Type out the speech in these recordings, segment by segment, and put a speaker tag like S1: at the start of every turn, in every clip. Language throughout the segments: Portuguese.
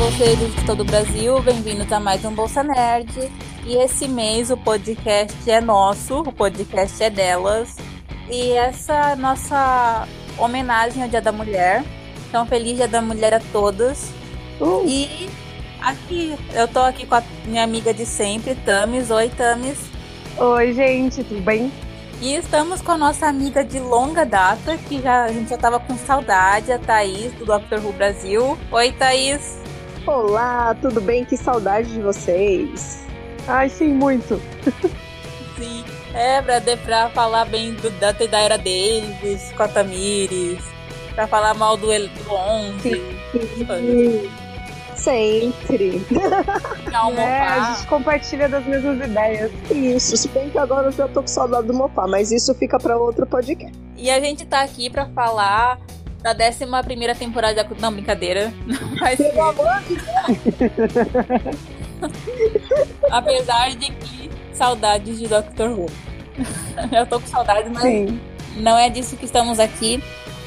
S1: vocês de todo o Brasil, bem-vindos a mais um Bolsa Nerd. E esse mês o podcast é nosso, o podcast é delas. E essa nossa homenagem ao Dia da Mulher. Então, feliz Dia da Mulher a todas. E aqui, eu tô aqui com a minha amiga de sempre, Thames. Oi, Thames.
S2: Oi, gente, tudo bem?
S1: E estamos com a nossa amiga de longa data, que a gente já tava com saudade, a Thaís, do Dr. Who Brasil. Oi, Thaís.
S3: Olá, tudo bem? Que saudade de vocês.
S2: Ai, sim, muito.
S1: Sim, pra falar bem da Era Davis, com a Tamires, pra falar mal do 11.
S3: Sim. Sempre.
S2: A gente compartilha das mesmas ideias.
S3: Isso, se bem que agora eu já tô com saudade do Mopá, mas isso fica pra outro podcast.
S1: E a gente tá aqui pra falar da 11ª temporada da... Não, brincadeira.
S3: Pelo amor de Deus!
S1: Apesar de que saudades de Dr. Who. Eu tô com saudade, mas sim, não é disso que estamos aqui.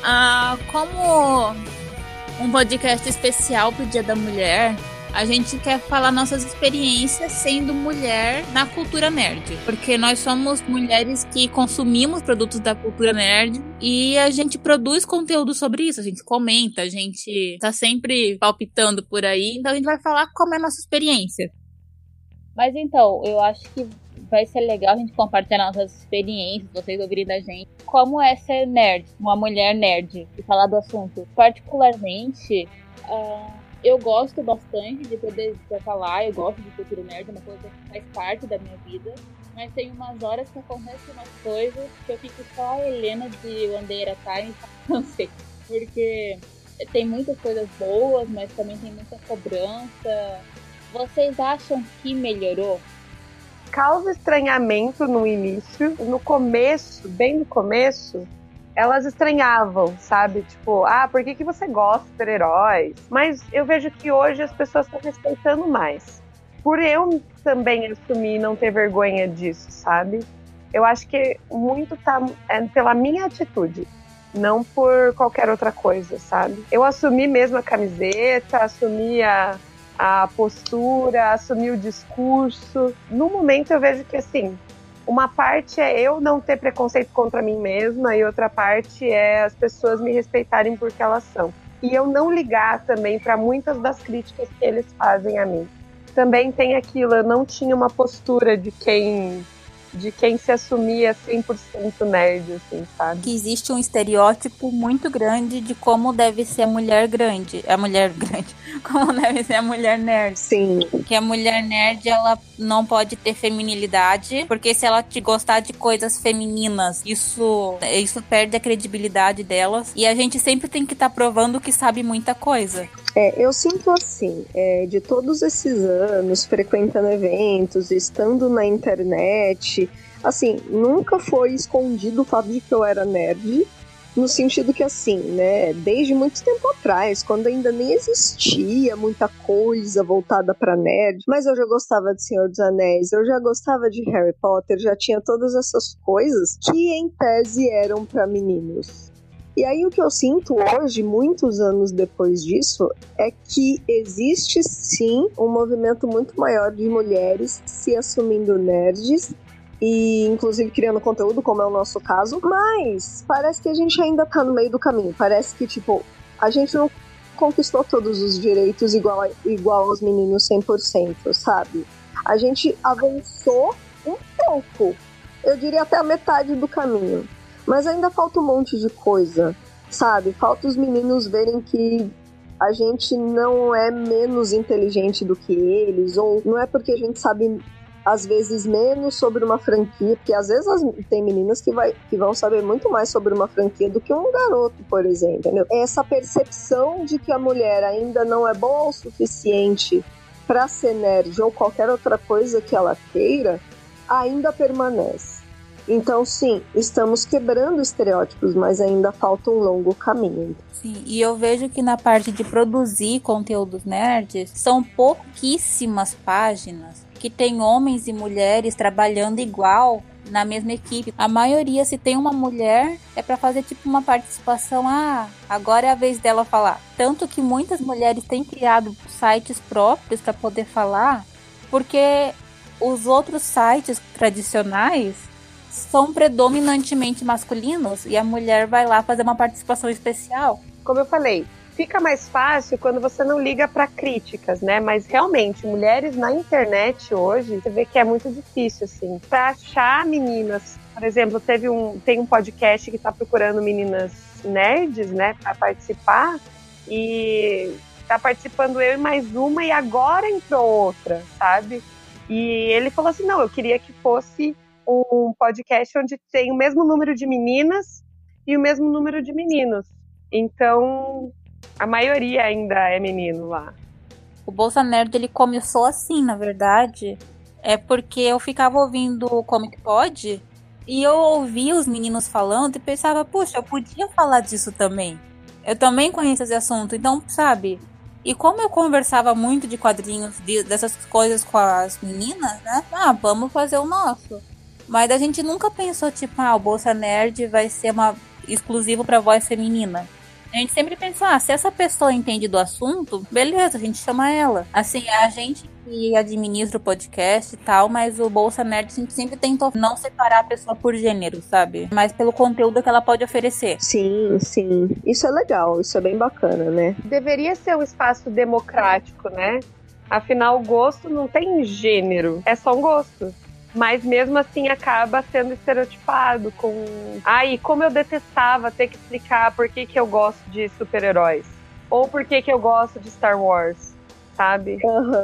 S1: Como um podcast especial pro Dia da Mulher, a gente quer falar nossas experiências sendo mulher na cultura nerd. Porque nós somos mulheres que consumimos produtos da cultura nerd e a gente produz conteúdo sobre isso. A gente comenta, a gente tá sempre palpitando por aí. Então a gente vai falar como é a nossa experiência. Mas então, eu acho que vai ser legal a gente compartilhar nossas experiências, vocês ouvirem da gente. Como é ser nerd, uma mulher nerd, e falar do assunto. Particularmente, eu gosto bastante de poder falar, eu gosto de cultura nerd, é uma coisa que faz parte da minha vida. Mas tem umas horas que acontecem umas coisas que eu fico só a Helena de One Day at a Time, não sei. Porque tem muitas coisas boas, mas também tem muita cobrança. Vocês acham que melhorou?
S2: Causa estranhamento no início. No começo, bem no começo, elas estranhavam, sabe? Tipo, por que você gosta de super-heróis? Mas eu vejo que hoje as pessoas estão respeitando mais. Por eu também assumir e não ter vergonha disso, sabe? Eu acho que muito pela minha atitude, não por qualquer outra coisa, sabe? Eu assumi mesmo a camiseta, assumi a postura, assumir o discurso. No momento eu vejo que, assim, uma parte é eu não ter preconceito contra mim mesma e outra parte é as pessoas me respeitarem por que elas são. E eu não ligar também para muitas das críticas que eles fazem a mim. Também tem aquilo, eu não tinha uma postura de quem se assumia 100% nerd, assim, sabe?
S1: Que existe um estereótipo muito grande de como deve ser a mulher grande. Como deve ser a mulher nerd.
S3: Sim.
S1: Que a mulher nerd, ela não pode ter feminilidade, porque se ela te gostar de coisas femininas, isso perde a credibilidade delas. E a gente sempre tem que estar provando que sabe muita coisa.
S3: Eu sinto assim, de todos esses anos frequentando eventos, estando na internet, assim, nunca foi escondido o fato de que eu era nerd, no sentido que, assim, né, desde muito tempo atrás, quando ainda nem existia muita coisa voltada pra nerd, mas eu já gostava de Senhor dos Anéis, eu já gostava de Harry Potter, já tinha todas essas coisas que, em tese, eram pra meninos. E aí o que eu sinto hoje, muitos anos depois disso, é que existe sim um movimento muito maior de mulheres se assumindo nerds e inclusive criando conteúdo, como é o nosso caso, mas parece que a gente ainda tá no meio do caminho. Parece que, tipo, a gente não conquistou todos os direitos igual aos meninos 100%, sabe? A gente avançou um pouco, eu diria até a metade do caminho. Mas ainda falta um monte de coisa, sabe? Falta os meninos verem que a gente não é menos inteligente do que eles, ou não é porque a gente sabe, às vezes, menos sobre uma franquia, porque às vezes tem meninas que vão saber muito mais sobre uma franquia do que um garoto, por exemplo, entendeu? Essa percepção de que a mulher ainda não é boa o suficiente para ser nerd ou qualquer outra coisa que ela queira, ainda permanece. Então, sim, estamos quebrando estereótipos, mas ainda falta um longo caminho.
S1: Sim, e eu vejo que na parte de produzir conteúdos nerds, são pouquíssimas páginas que tem homens e mulheres trabalhando igual na mesma equipe. A maioria, se tem uma mulher, é pra fazer tipo uma participação. Ah, agora é a vez dela falar. Tanto que muitas mulheres têm criado sites próprios pra poder falar, porque os outros sites tradicionais são predominantemente masculinos e a mulher vai lá fazer uma participação especial.
S2: Como eu falei, fica mais fácil quando você não liga para críticas, né? Mas realmente, mulheres na internet hoje, você vê que é muito difícil, assim. Para achar meninas, por exemplo, tem um podcast que tá procurando meninas nerds, né, para participar, e tá participando eu e mais uma, e agora entrou outra, sabe? E ele falou assim, não, eu queria que fosse um podcast onde tem o mesmo número de meninas e o mesmo número de meninos. Então, a maioria ainda é menino lá.
S1: O Bolsa Nerd, ele começou assim, na verdade. É porque eu ficava ouvindo o Comic Pod e eu ouvia os meninos falando e pensava, puxa, eu podia falar disso também. Eu também conheço esse assunto, então, sabe? E como eu conversava muito de quadrinhos, dessas coisas com as meninas, né? Ah, vamos fazer o nosso. Mas a gente nunca pensou, tipo, o Bolsa Nerd vai ser exclusivo pra voz feminina. A gente sempre pensa, se essa pessoa entende do assunto, beleza, a gente chama ela. Assim, a gente que administra o podcast e tal, mas o Bolsa Nerd a gente sempre tentou não separar a pessoa por gênero, sabe? Mas pelo conteúdo que ela pode oferecer.
S3: Sim, sim. Isso é legal, isso é bem bacana, né?
S2: Deveria ser um espaço democrático, né? Afinal, o gosto não tem gênero, é só um gosto. Mas mesmo assim acaba sendo estereotipado com... Ai, como eu detestava ter que explicar por que eu gosto de super-heróis. Ou por que eu gosto de Star Wars, sabe?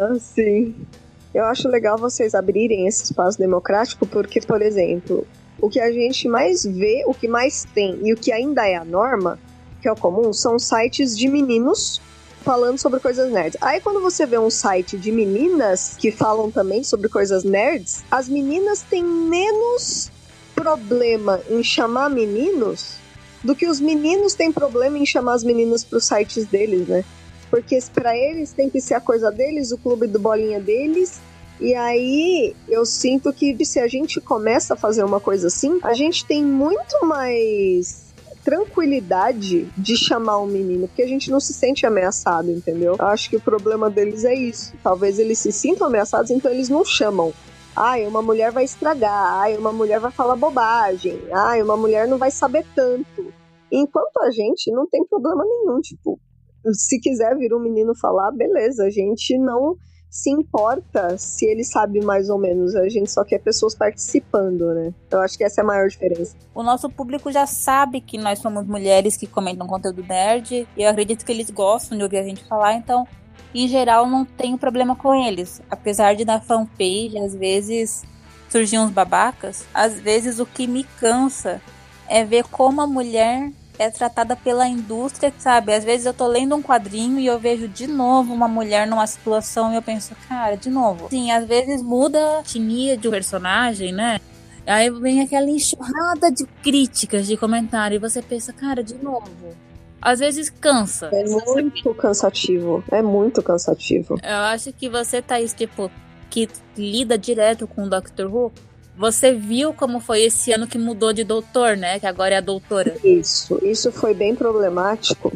S3: Sim. Eu acho legal vocês abrirem esse espaço democrático porque, por exemplo, o que a gente mais vê, o que mais tem e o que ainda é a norma, que é o comum, são sites de meninos falando sobre coisas nerds. Aí quando você vê um site de meninas que falam também sobre coisas nerds, as meninas têm menos problema em chamar meninos do que os meninos têm problema em chamar as meninas para os sites deles, né? Porque para eles tem que ser a coisa deles, o clube do bolinha deles. E aí eu sinto que se a gente começa a fazer uma coisa assim, a gente tem muito mais tranquilidade de chamar um menino, porque a gente não se sente ameaçado, entendeu? Eu acho que o problema deles é isso. Talvez eles se sintam ameaçados, então eles não chamam. Uma mulher vai estragar, uma mulher vai falar bobagem, uma mulher não vai saber tanto. Enquanto a gente não tem problema nenhum, tipo, se quiser vir um menino falar, beleza, a gente não se importa se ele sabe mais ou menos, a gente só quer pessoas participando, né? Eu acho que essa é a maior diferença.
S1: O nosso público já sabe que nós somos mulheres que comentam conteúdo nerd, e eu acredito que eles gostam de ouvir a gente falar, então, em geral, não tenho problema com eles. Apesar de na fanpage, às vezes, surgir uns babacas, às vezes o que me cansa é ver como a mulher é tratada pela indústria, sabe? Às vezes eu tô lendo um quadrinho e eu vejo de novo uma mulher numa situação e eu penso, cara, de novo. Sim, às vezes muda a etnia de um personagem, né? Aí vem aquela enxurrada de críticas, de comentário, e você pensa, cara, de novo. Às vezes cansa.
S3: É muito cansativo. É muito cansativo.
S1: Eu acho que você, Thaís, tipo, que lida direto com o Doctor Who, você viu como foi esse ano que mudou de doutor, né? Que agora é a doutora.
S3: Isso foi bem problemático,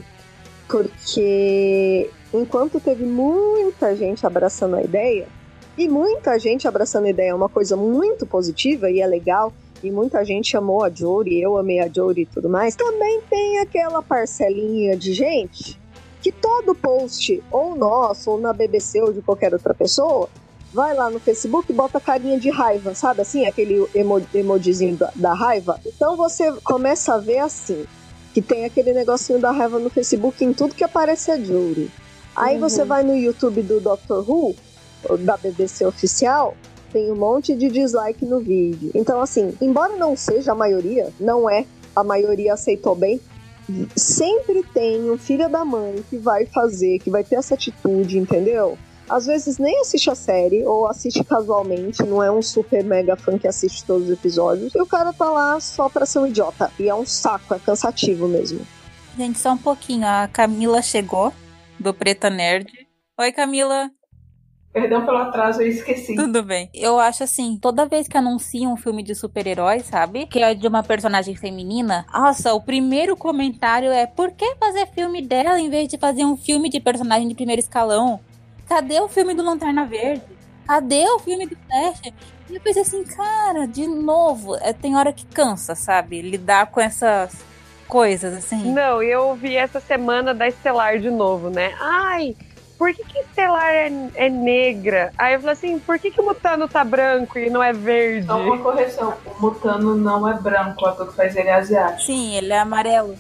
S3: porque enquanto teve muita gente abraçando a ideia, e muita gente abraçando a ideia é uma coisa muito positiva e é legal, e muita gente amou a Jodie, eu amei a Jodie e tudo mais, também tem aquela parcelinha de gente que todo post, ou nosso, ou na BBC, ou de qualquer outra pessoa, vai lá no Facebook e bota carinha de raiva, sabe assim? Aquele emojizinho da raiva. Então você começa a ver assim, que tem aquele negocinho da raiva no Facebook em tudo que aparece a Jodie. Aí você vai no YouTube do Doctor Who, da BBC oficial, tem um monte de dislike no vídeo. Então assim, embora não seja a maioria, não é, a maioria aceitou bem, sempre tem um filho da mãe que vai fazer, que vai ter essa atitude, entendeu? Às vezes nem assiste a série, ou assiste casualmente, não é um super mega fã que assiste todos os episódios, e o cara tá lá só pra ser um idiota. E é um saco, é cansativo mesmo.
S1: Gente, só um pouquinho, a Camila chegou, do Preta Nerd. Oi, Camila.
S4: Perdão pelo atraso, eu esqueci.
S1: Tudo bem. Eu acho assim, toda vez que anunciam um filme de super-herói, sabe? Que é de uma personagem feminina, nossa, o primeiro comentário é: por que fazer filme dela em vez de fazer um filme de personagem de primeiro escalão? Cadê o filme do Lanterna Verde? Cadê o filme do Flash? E eu pensei assim, cara, de novo, tem hora que cansa, sabe? Lidar com essas coisas, assim.
S2: Não, eu ouvi essa semana da Estelar de novo, né? Ai, por que Estelar é negra? Aí eu falei assim, por que o Mutano tá branco e não é verde?
S4: Só uma correção, o Mutano não é branco, o ator que faz ele é asiático.
S1: Sim, ele é amarelo.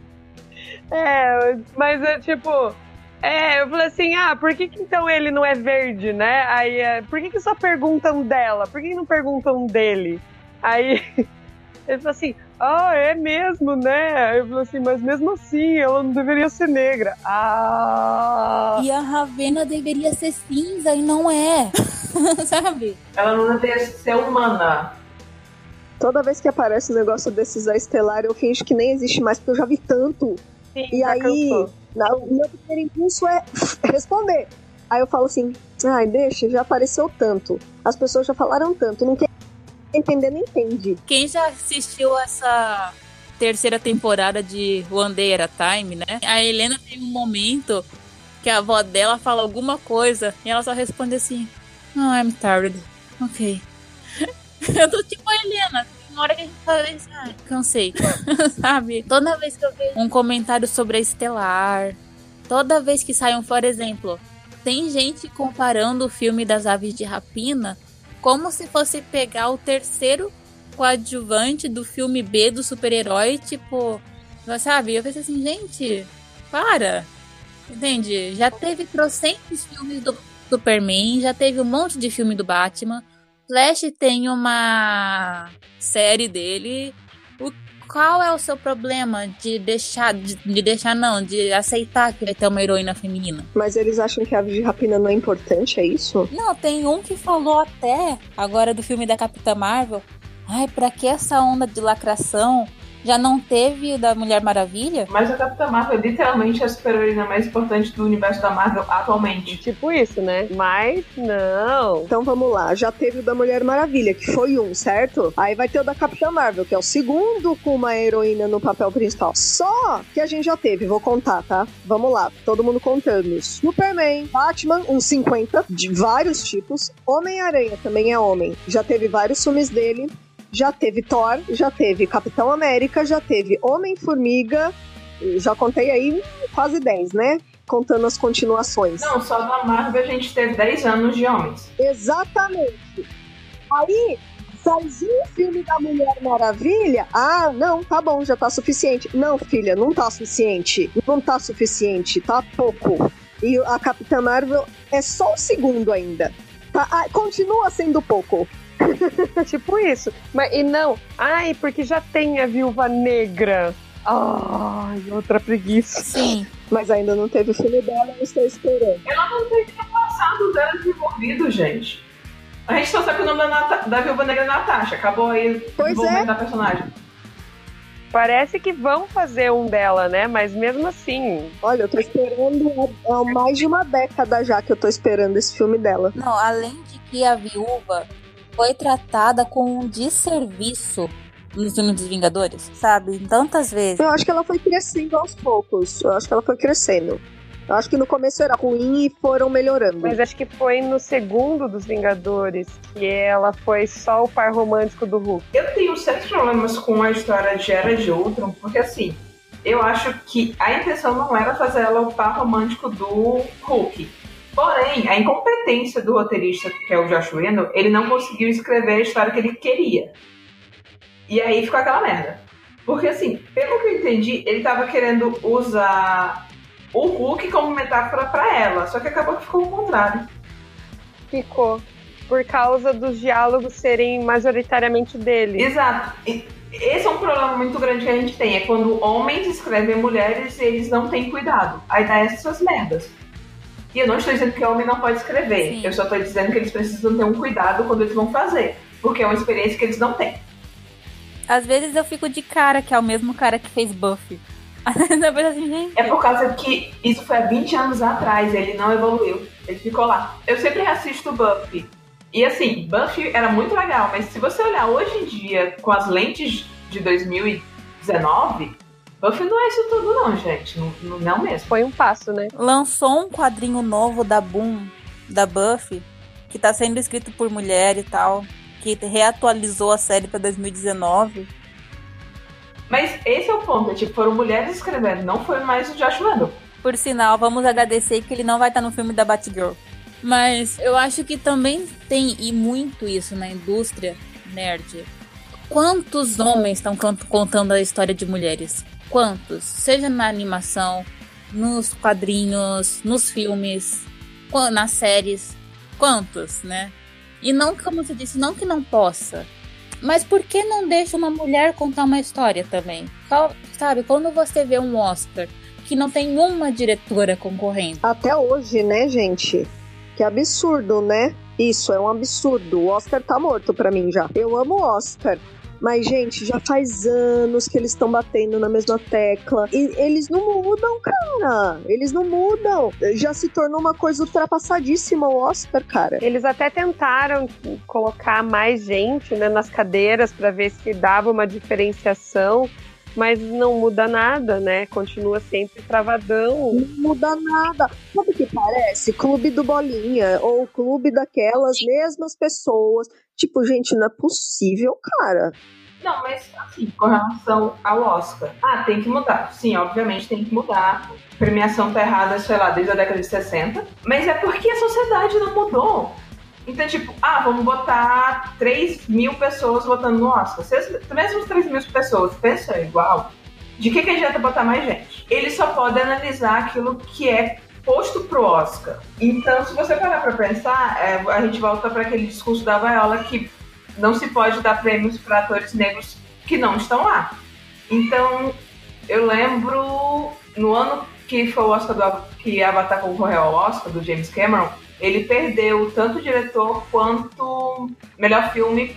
S2: Mas é tipo... eu falei assim, por que então ele não é verde, né? Aí, por que só perguntam dela? Por que não perguntam dele? Aí, ele falou assim, é mesmo, né? Aí eu falei assim, mas mesmo assim, ela não deveria ser negra.
S1: E a Ravena deveria ser cinza e não é, sabe?
S4: Ela não deveria ser humana.
S3: Toda vez que aparece um negócio desses da Estelar, eu finjo que nem existe mais, porque eu já vi tanto.
S2: Sim,
S3: e aí...
S2: cansou.
S3: O meu primeiro impulso é responder. Aí eu falo assim, deixa, já apareceu tanto. As pessoas já falaram tanto, não quer entender, não entende.
S1: Quem já assistiu essa terceira temporada de One Day at a Time, né? A Helena tem um momento que a avó dela fala alguma coisa e ela só responde assim, I'm tired. Ok. Eu tô tipo a Helena. Na hora que a gente fala isso, cansei, sabe? Toda vez que eu vejo um comentário sobre a Estelar, toda vez que sai por exemplo, tem gente comparando o filme das Aves de Rapina como se fosse pegar o terceiro coadjuvante do filme B do super-herói, tipo, sabe? Eu pensei assim, gente, para! Entende? Já teve trocentos filmes do Superman, já teve um monte de filme do Batman. Flash tem uma série dele. Qual é o seu problema de aceitar que vai ter uma heroína feminina?
S3: Mas eles acham que a Ave de Rapina não é importante, é isso?
S1: Não, tem um que falou até, agora do filme da Capitã Marvel, pra que essa onda de lacração? Já não teve da Mulher Maravilha?
S4: Mas a Capitã Marvel é literalmente a super-heroína mais importante do universo da Marvel atualmente.
S2: Tipo isso, né? Mas não.
S3: Então vamos lá, já teve o da Mulher Maravilha, que foi um, certo? Aí vai ter o da Capitã Marvel, que é o segundo com uma heroína no papel principal. Só que a gente já teve, vou contar, tá? Vamos lá, todo mundo contando. Superman, Batman, uns 50, de vários tipos. Homem-Aranha também é homem. Já teve vários filmes dele. Já teve Thor, já teve Capitão América, já teve Homem-Formiga, já contei aí quase 10, né? Contando as continuações.
S4: Não, só na Marvel a gente teve 10 anos de homens.
S3: Exatamente. Aí, faz um filme da Mulher Maravilha, não, tá bom, já tá suficiente. Não, filha, não tá suficiente. Não tá suficiente, tá pouco. E a Capitã Marvel é só o segundo ainda. Tá? Continua sendo pouco.
S2: Tipo isso. E não, porque já tem a Viúva Negra. Outra preguiça.
S1: Sim.
S3: Mas ainda não teve o filme dela, eu estou esperando.
S4: Ela não teve o passado dela desenvolvido, gente. A gente só sabe o nome da Viúva Negra é Natasha. Acabou aí o desenvolvimento da personagem.
S2: Parece que vão fazer um dela, né? Mas mesmo assim...
S3: Olha, eu tô esperando há mais de uma década já que eu tô esperando esse filme dela.
S1: Não, além de que a viúva foi tratada com um desserviço nos filmes dos Vingadores, sabe? Tantas vezes.
S3: Eu acho que ela foi crescendo aos poucos. Eu acho que no começo era ruim e foram melhorando.
S2: Mas acho que foi no segundo dos Vingadores que ela foi só o par romântico do Hulk.
S4: Eu tenho certos problemas com a história de Era de Ultron, porque assim, eu acho que a intenção não era fazer ela o par romântico do Hulk. Porém, a incompetência do roteirista, que é o Josh Whedon, ele não conseguiu escrever a história que ele queria. E aí ficou aquela merda. Porque assim, pelo que eu entendi, ele tava querendo usar o Hulk como metáfora pra ela, só que acabou que ficou o contrário.
S2: Ficou. Por causa dos diálogos serem majoritariamente dele.
S4: Exato. Esse é um problema muito grande que a gente tem, é quando homens escrevem mulheres e eles não têm cuidado. Aí dá essas merdas. E eu não estou dizendo que o homem não pode escrever. Sim. Eu só estou dizendo que eles precisam ter um cuidado quando eles vão fazer. Porque é uma experiência que eles não têm.
S1: Às vezes eu fico de cara que é o mesmo cara que fez Buffy. Depois assim, gente...
S4: É por causa que isso foi há 20 anos atrás, ele não evoluiu, ele ficou lá. Eu sempre reassisto Buffy. E assim, Buffy era muito legal, mas se você olhar hoje em dia com as lentes de 2019, Buffy não é isso tudo não, gente. Não mesmo.
S2: Foi um passo, né?
S1: Lançou um quadrinho novo da Boom, da Buffy, que tá sendo escrito por mulher e tal, que reatualizou a série pra 2019.
S4: Mas esse é o ponto, é tipo, foram mulheres escrevendo, não foi mais o Josh Whedon.
S1: Por sinal, vamos agradecer que ele não vai estar no filme da Batgirl. Mas eu acho que também tem, e muito isso na indústria nerd. Quantos homens estão contando a história de mulheres? Quantos? Seja na animação, nos quadrinhos, nos filmes, nas séries. Quantos, né? E não, como você disse, não que não possa. Mas por que não deixa uma mulher contar uma história também? Sabe, quando você vê um Oscar que não tem uma diretora concorrendo.
S3: Até hoje, né, gente? Que absurdo, né? Isso, é um absurdo. O Oscar tá morto pra mim já. Eu amo o Oscar. Mas, gente, já faz anos que eles estão batendo na mesma tecla. E eles não mudam, cara. Eles não mudam. Já se tornou uma coisa ultrapassadíssima o Oscar, cara.
S2: Eles até tentaram colocar mais gente, né, nas cadeiras pra ver se dava uma diferenciação. Mas não muda nada, né? Continua sempre travadão.
S3: Não muda nada. Sabe o que parece? Clube do Bolinha. Ou clube daquelas mesmas pessoas. Tipo, gente, não é possível, cara.
S4: Não, mas assim, com relação ao Oscar. Tem que mudar. Sim, obviamente tem que mudar. A premiação tá errada, sei lá, desde a década de 60. Mas é porque a sociedade não mudou. Então, tipo, vamos botar 3 mil pessoas votando no Oscar. Mesmo as 3 mil pessoas pensam igual, de que adianta botar mais gente? Eles só podem analisar aquilo que é posto pro Oscar. Então, se você parar pra pensar, a gente volta para aquele discurso da Viola que não se pode dar prêmios para atores negros que não estão lá. Então, eu lembro, no ano que foi o Oscar que Avatar concorreu ao Oscar, do James Cameron, ele perdeu tanto o diretor quanto melhor filme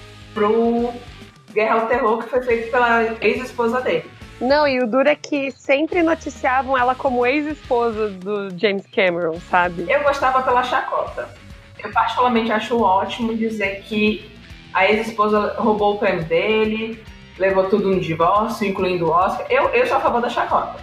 S4: pro Guerra ao Terror, que foi feito pela ex-esposa dele.
S2: Não, e o duro é que sempre noticiavam ela como ex-esposa do James Cameron, sabe?
S4: Eu gostava pela chacota. Eu particularmente acho ótimo dizer que a ex-esposa roubou o prêmio dele, levou tudo no divórcio, incluindo o Oscar. Eu sou a favor da chacota.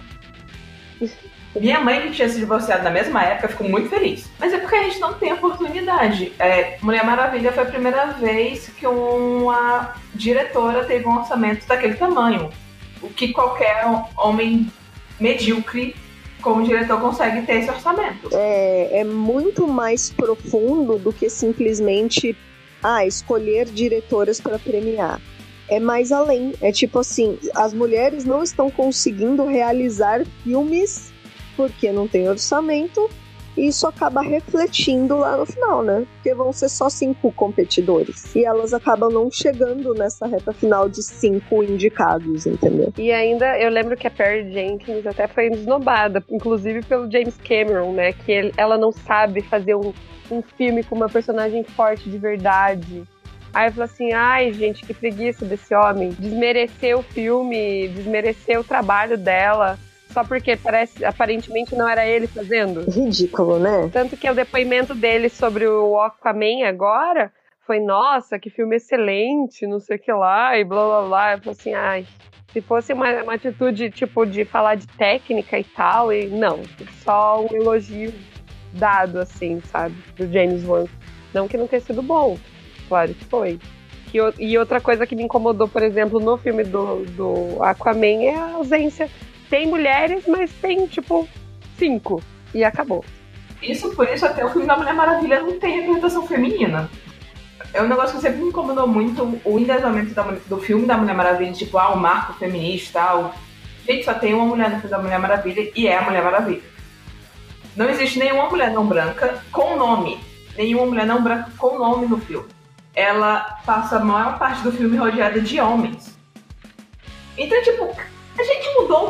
S4: Minha mãe, que tinha se divorciado na mesma época, ficou muito feliz. Mas é porque a gente não tem oportunidade. Mulher Maravilha foi a primeira vez que uma diretora teve um orçamento daquele tamanho. O que qualquer homem medíocre como diretor consegue ter esse orçamento.
S3: É muito mais profundo do que simplesmente escolher diretoras para premiar. É mais além. É tipo assim, as mulheres não estão conseguindo realizar filmes porque não tem orçamento, e isso acaba refletindo lá no final, né? Porque vão ser só 5 competidores. E elas acabam não chegando nessa reta final de 5 indicados, entendeu?
S2: E ainda, eu lembro que a Perry Jenkins até foi esnobada, inclusive pelo James Cameron, né? Que ela não sabe fazer um filme com uma personagem forte de verdade. Aí eu falo assim, gente, que preguiça desse homem. Desmerecer o filme, desmerecer o trabalho dela, só porque aparentemente não era ele fazendo.
S3: Ridículo, né?
S2: Tanto que o depoimento dele sobre o Aquaman agora foi, nossa, que filme excelente, não sei o que lá, e blá blá blá. Eu falo assim, se fosse uma atitude tipo de falar de técnica e tal, e não, só um elogio dado assim, sabe, do James Wan. Não que não tenha sido bom, claro que foi. E outra coisa que me incomodou, por exemplo, no filme do Aquaman é a ausência. Tem mulheres, mas tem, tipo, 5. E acabou.
S4: Por isso até o filme da Mulher Maravilha não tem representação feminina. É um negócio que sempre me incomodou muito, o endesamento do filme da Mulher Maravilha, tipo, o marco feminista e tal. Gente, só tem uma mulher no filme da Mulher Maravilha e é a Mulher Maravilha. Não existe nenhuma mulher não branca com nome. Nenhuma mulher não branca com nome no filme. Ela passa a maior parte do filme rodeada de homens. Então, tipo, a gente mudou muita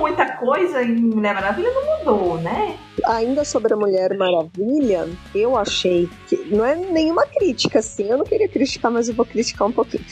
S4: coisa em Mulher Maravilha não mudou, né?
S3: Ainda sobre a Mulher Maravilha, eu achei que não é nenhuma crítica, assim, eu não queria criticar, mas eu vou criticar um pouquinho.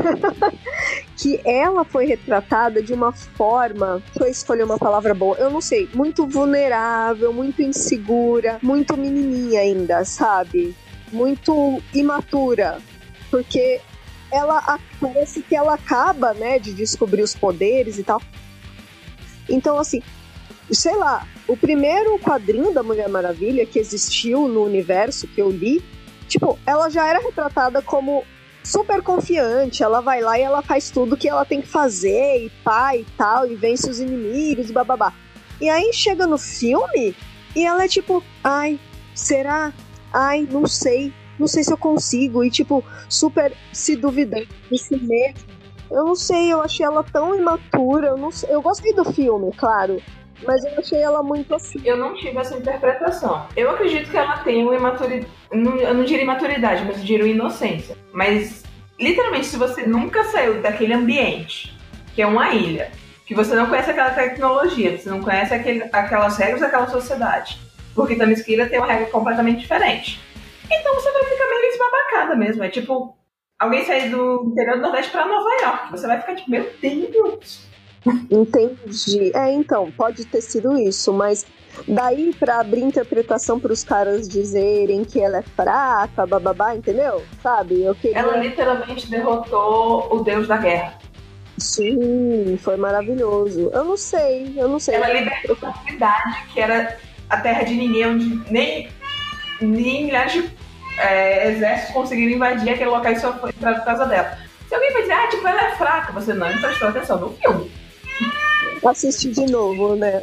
S3: Que ela foi retratada de uma forma, deixa eu escolher uma palavra boa, eu não sei, muito vulnerável, muito insegura, muito menininha ainda, sabe? Muito imatura, porque ela parece que ela acaba, né, de descobrir os poderes e tal. Então, assim, sei lá, o primeiro quadrinho da Mulher Maravilha que existiu no universo que eu li, tipo, ela já era retratada como super confiante, ela vai lá e ela faz tudo que ela tem que fazer, e pá, e tal, e vence os inimigos, e bababá. E aí chega no filme, e ela é tipo, ai, será? Ai, não sei se eu consigo, e tipo, super se duvidando de si mesmo. Eu não sei, eu achei ela tão imatura, eu gostei do filme, claro, mas eu achei ela muito assim.
S4: Eu não tive essa interpretação. Eu acredito que ela tem uma imaturidade, eu não diria imaturidade, mas eu diria inocência. Mas, literalmente, se você nunca saiu daquele ambiente, que é uma ilha, que você não conhece aquela tecnologia, você não conhece aquelas regras daquela sociedade, porque Themyscira tem uma regra completamente diferente. Então você vai ficar meio esbabacada mesmo. É tipo alguém sair do interior do Nordeste pra Nova York. Você vai ficar tipo, meu Deus.
S3: Entendi. Então, pode ter sido isso, mas daí pra abrir interpretação pros caras dizerem que ela é fraca, bababá, entendeu? Sabe?
S4: Ela literalmente derrotou o deus da guerra.
S3: Sim, foi maravilhoso. Eu não sei.
S4: Ela libertou a cidade, que era a terra de ninguém, onde nem milhares de exércitos conseguiram invadir aquele local e só foi entrado por causa dela. Se alguém vai dizer, tipo, ela é fraca, você não prestou atenção no filme.
S3: Assistir de novo, né?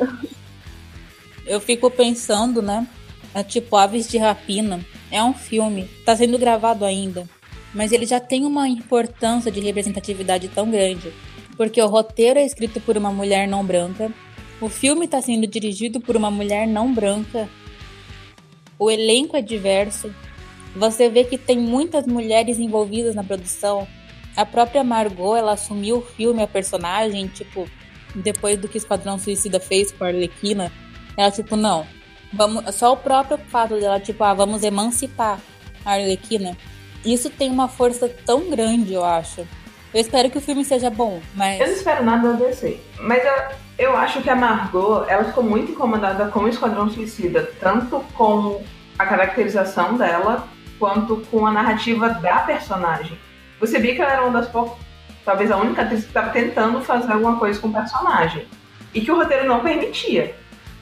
S1: Eu fico pensando, né? Tipo, Aves de Rapina é um filme, tá sendo gravado ainda, mas ele já tem uma importância de representatividade tão grande, porque o roteiro é escrito por uma mulher não branca, o filme tá sendo dirigido por uma mulher não branca, o elenco é diverso, você vê que tem muitas mulheres envolvidas na produção. A própria Margot, ela assumiu o filme, a personagem, tipo, depois do que Esquadrão Suicida fez com a Arlequina, ela, tipo, não, só o próprio fato dela, tipo, vamos emancipar a Arlequina, isso tem uma força tão grande, eu acho. Eu espero que o filme seja bom, mas...
S4: Eu não espero nada da DC, mas eu acho que a Margot, ela ficou muito incomodada com o Esquadrão Suicida, tanto com a caracterização dela, quanto com a narrativa da personagem. Você via que ela era uma das poucas, talvez a única atriz que estava tentando fazer alguma coisa com o personagem, e que o roteiro não permitia.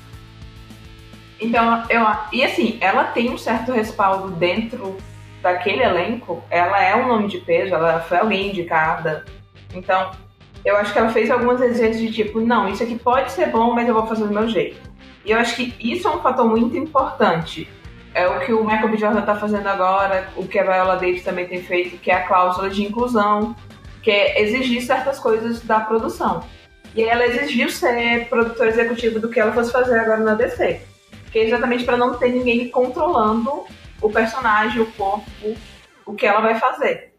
S4: Então, e assim, ela tem um certo respaldo dentro daquele elenco, ela é um nome de peso, ela foi alguém indicada. Então, eu acho que ela fez algumas exigências de tipo, não, isso aqui pode ser bom, mas eu vou fazer do meu jeito. E eu acho que isso é um fator muito importante. É o que o Michael B. Jordan está fazendo agora, o que a Viola Davis também tem feito, que é a cláusula de inclusão, que é exigir certas coisas da produção. E aí ela exigiu ser produtora executiva do que ela fosse fazer agora na DC. Que é exatamente para não ter ninguém controlando o personagem, o corpo, o que ela vai fazer.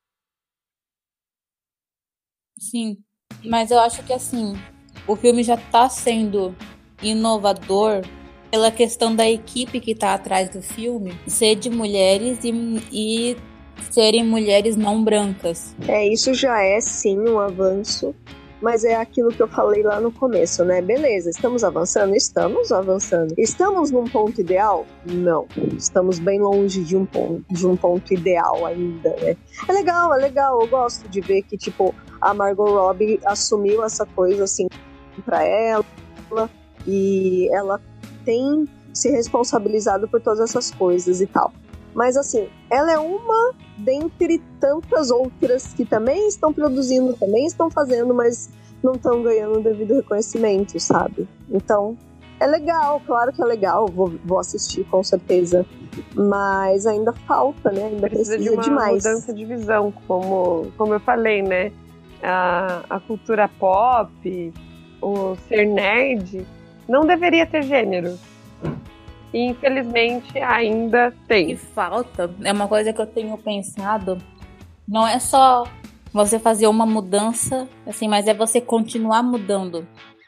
S1: Sim, mas eu acho que assim, o filme já tá sendo inovador pela questão da equipe que tá atrás do filme ser de mulheres e serem mulheres não brancas.
S3: Isso já é sim um avanço, mas é aquilo que eu falei lá no começo, né? Beleza, estamos avançando? Estamos avançando. Estamos num ponto ideal? Não. Estamos bem longe de um ponto ideal ainda, né? É legal, eu gosto de ver que, tipo, a Margot Robbie assumiu essa coisa, assim, pra ela, e ela tem se responsabilizado por todas essas coisas e tal. Mas assim, ela é uma dentre tantas outras que também estão produzindo, também estão fazendo, mas não estão ganhando o devido reconhecimento, sabe? Então, é legal, claro que é legal, vou assistir com certeza, mas ainda falta, né? Ainda precisa
S2: de uma
S3: demais.
S2: Mudança de visão, como eu falei, né? A cultura pop, o ser nerd, não deveria ter gênero. E infelizmente ainda tem.
S1: Que falta, é uma coisa que eu tenho pensado, não é só você fazer uma mudança, assim, mas é você continuar mudando.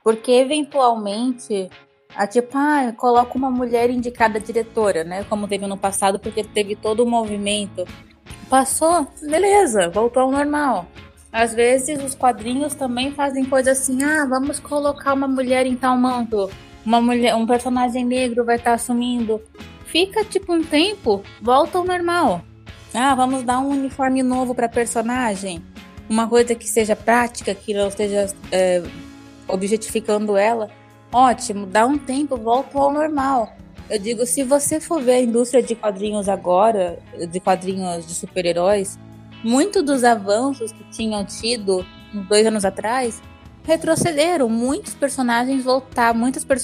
S1: Porque eventualmente, coloca uma mulher indicada diretora, né? Como teve no passado, porque teve todo o movimento. Passou, beleza, voltou ao normal. Às vezes os quadrinhos também fazem coisa assim, vamos colocar uma mulher em tal manto, um personagem negro vai estar assumindo. Fica tipo um tempo, volta ao normal. Vamos dar um uniforme novo para personagem, uma coisa que seja prática, que não esteja objetificando ela. Ótimo, dá um tempo, volta ao normal. Eu digo, se você for ver a indústria de quadrinhos agora, de quadrinhos de super-heróis, muitos dos avanços que tinham tido uns 2 anos atrás retrocederam. Muitos personagens voltaram,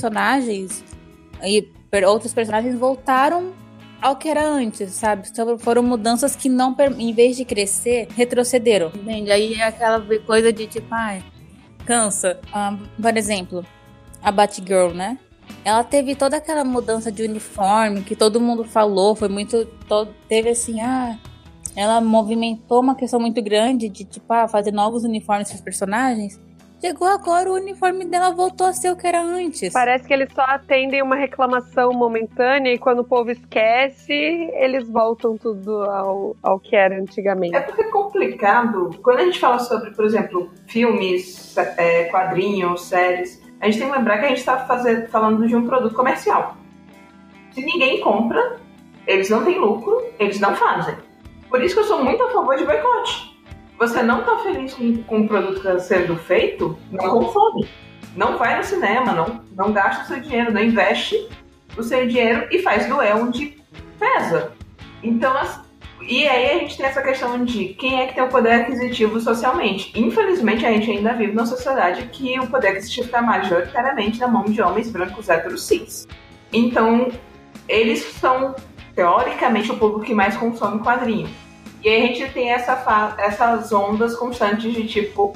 S1: e outros personagens voltaram ao que era antes, sabe? Então, foram mudanças que não, em vez de crescer, retrocederam, entende? Aí é aquela coisa de tipo, cansa. Por exemplo, a Batgirl, né? Ela teve toda aquela mudança de uniforme que todo mundo falou, foi muito... Teve assim, ela movimentou uma questão muito grande de, fazer novos uniformes para os personagens. Chegou agora, o uniforme dela voltou a ser o que era antes.
S2: Parece que eles só atendem uma reclamação momentânea e quando o povo esquece, eles voltam tudo ao que era antigamente.
S4: É porque é complicado. Quando a gente fala sobre, por exemplo, filmes, quadrinhos, séries, a gente tem que lembrar que a gente está falando de um produto comercial. Se ninguém compra, eles não têm lucro, eles não fazem. Por isso que eu sou muito a favor de boicote. Você não tá feliz com o produto que está sendo feito, não consome. Não vai no cinema, não gasta o seu dinheiro, não investe o seu dinheiro e faz doer onde pesa. Então, e aí a gente tem essa questão de quem é que tem o poder aquisitivo socialmente. Infelizmente, a gente ainda vive numa sociedade que o poder aquisitivo está majoritariamente na mão de homens brancos héteros cis. Então, eles são, teoricamente, o público que mais consome quadrinho. E aí a gente tem essas ondas constantes de tipo,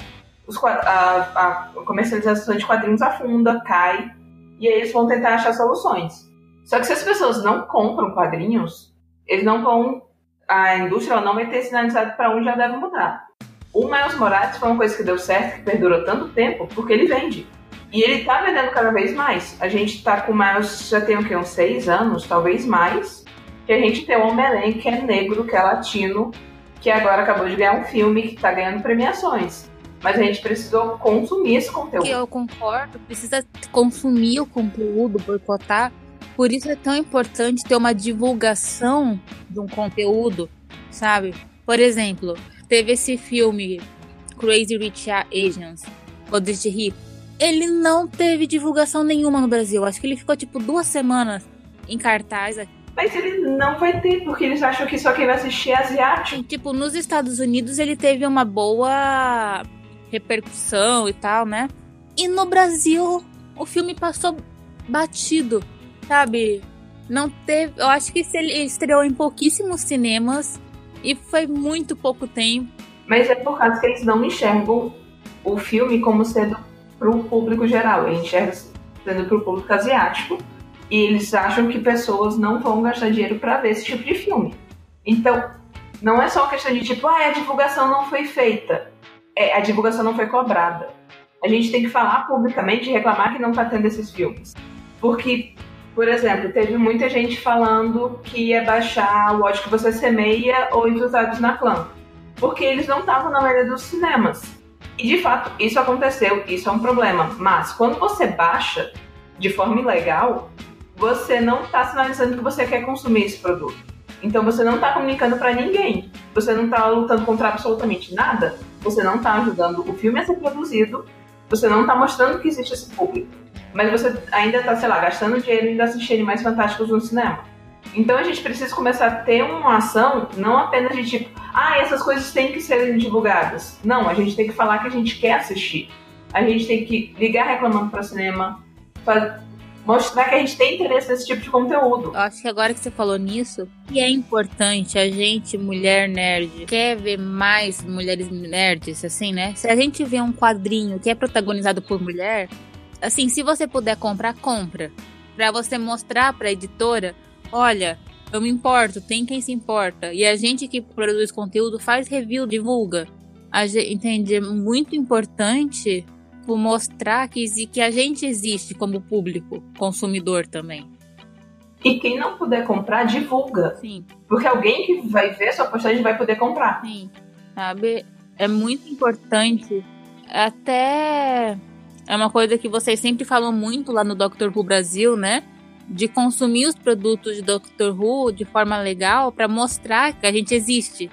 S4: a comercialização de quadrinhos afunda, cai, e aí eles vão tentar achar soluções. Só que se as pessoas não compram quadrinhos, eles não vão... A indústria não vai ter sinalizado para onde ela deve mudar. O Miles Morales foi uma coisa que deu certo, que perdurou tanto tempo, porque ele vende. E ele tá vendendo cada vez mais. A gente tá com o Miles, já tem uns 6 anos, talvez mais, que a gente tem o Homem-Aranha, que é negro, que é latino, que agora acabou de ganhar um filme que tá ganhando premiações. Mas a gente precisou consumir esse conteúdo.
S1: Eu concordo, precisa consumir o conteúdo, boicotar. Por isso é tão importante ter uma divulgação de um conteúdo, sabe? Por exemplo, teve esse filme Crazy Rich Asians, Poderes de Rico. Ele não teve divulgação nenhuma no Brasil. Acho que ele ficou 2 semanas em cartaz aqui.
S4: Mas ele não vai ter, porque eles acham que só quem vai assistir é asiático.
S1: Nos Estados Unidos ele teve uma boa repercussão e tal, né? E no Brasil o filme passou batido, sabe? Não teve... Eu acho que ele estreou em pouquíssimos cinemas e foi muito pouco tempo.
S4: Mas é por causa que eles não enxergam o filme como sendo pro público geral. Eles enxergam sendo pro público asiático. E eles acham que pessoas não vão gastar dinheiro para ver esse tipo de filme. Então, não é só uma questão de a divulgação não foi feita. A divulgação não foi cobrada. A gente tem que falar publicamente e reclamar que não tá tendo esses filmes. Porque, por exemplo, teve muita gente falando que ia baixar o ódio que você semeia ou Infiltrados na Clã. Porque eles não estavam na maioria dos cinemas. E, de fato, isso aconteceu. Isso é um problema. Mas, quando você baixa de forma ilegal, você não está sinalizando que você quer consumir esse produto. Então você não está comunicando para ninguém. Você não está lutando contra absolutamente nada. Você não está ajudando o filme a ser produzido. Você não está mostrando que existe esse público. Mas você ainda está, gastando dinheiro e assistindo Animais Fantásticos no cinema. Então a gente precisa começar a ter uma ação, não apenas de essas coisas têm que ser divulgadas. Não, a gente tem que falar que a gente quer assistir. A gente tem que ligar reclamando para o cinema, mostrar que a gente tem interesse nesse tipo de conteúdo.
S1: Eu acho que agora que você falou nisso, que é importante a gente, mulher nerd, quer ver mais mulheres nerds, assim, né? Se a gente vê um quadrinho que é protagonizado por mulher, assim, se você puder comprar, compra. Pra você mostrar pra editora, olha, eu me importo, tem quem se importa. E a gente que produz conteúdo faz review, divulga. Entende? É muito importante tipo, mostrar que a gente existe como público, consumidor também.
S4: E quem não puder comprar, divulga.
S1: Sim.
S4: Porque alguém que vai ver sua postagem vai poder comprar.
S1: Sim, sabe? É muito importante. Até é uma coisa que vocês sempre falam muito lá no Doctor Who Brasil, né? De consumir os produtos de Doctor Who de forma legal para mostrar que a gente existe.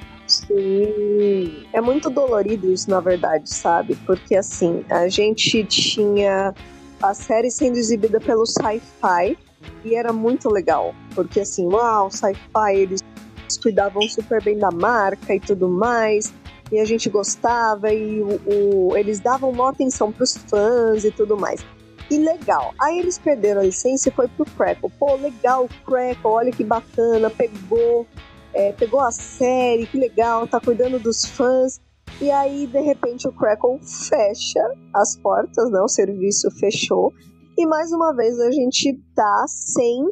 S3: Sim. É muito dolorido isso, na verdade, sabe? Porque, assim, a gente tinha a série sendo exibida pelo Sci-Fi e era muito legal. Porque, assim, uau, Sci-Fi, eles cuidavam super bem da marca e tudo mais. E a gente gostava e eles davam uma atenção pros fãs e tudo mais. E legal. Aí eles perderam a licença e foi pro Crackle. Pô, legal, Crackle, olha que bacana, pegou a série, que legal, tá cuidando dos fãs. E aí, de repente, o Crackle fecha as portas, né? O serviço fechou. E mais uma vez a gente tá sem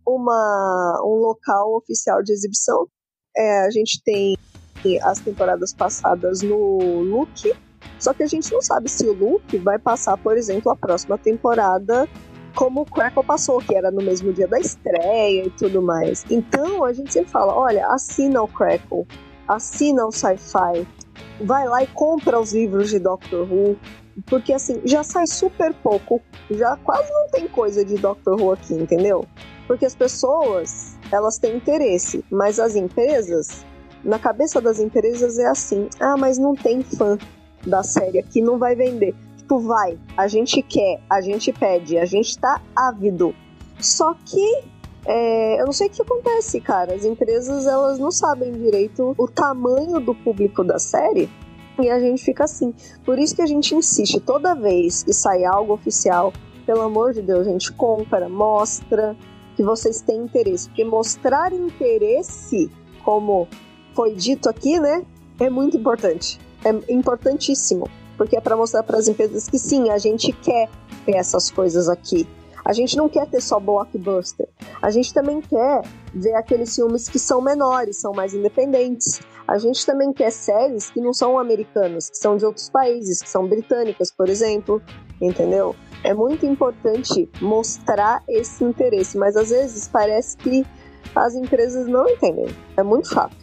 S3: um local oficial de exibição. A gente tem as temporadas passadas no Luke, só que a gente não sabe se o Luke vai passar, por exemplo, a próxima temporada como o Crackle passou, que era no mesmo dia da estreia e tudo mais. Então a gente sempre fala, olha, assina o Crackle, assina o Sci-Fi, vai lá e compra os livros de Doctor Who, porque assim, já sai super pouco, já quase não tem coisa de Doctor Who aqui, entendeu? Porque as pessoas, elas têm interesse, mas as empresas, na cabeça das empresas é assim, mas não tem fã da série aqui, não vai vender. Tipo, vai, a gente quer, a gente pede, a gente tá ávido. Só que, eu não sei o que acontece, cara. As empresas, elas não sabem direito o tamanho do público da série e a gente fica assim. Por isso que a gente insiste, toda vez que sai algo oficial, pelo amor de Deus, gente, compra, mostra que vocês têm interesse. Porque mostrar interesse, como foi dito aqui, né, é muito importante. É importantíssimo, porque é para mostrar para as empresas que sim, a gente quer ter essas coisas aqui. A gente não quer ter só blockbuster. A gente também quer ver aqueles filmes que são menores, são mais independentes. A gente também quer séries que não são americanas, que são de outros países, que são britânicas, por exemplo, entendeu? É muito importante mostrar esse interesse, mas às vezes parece que as empresas não entendem. É muito chato.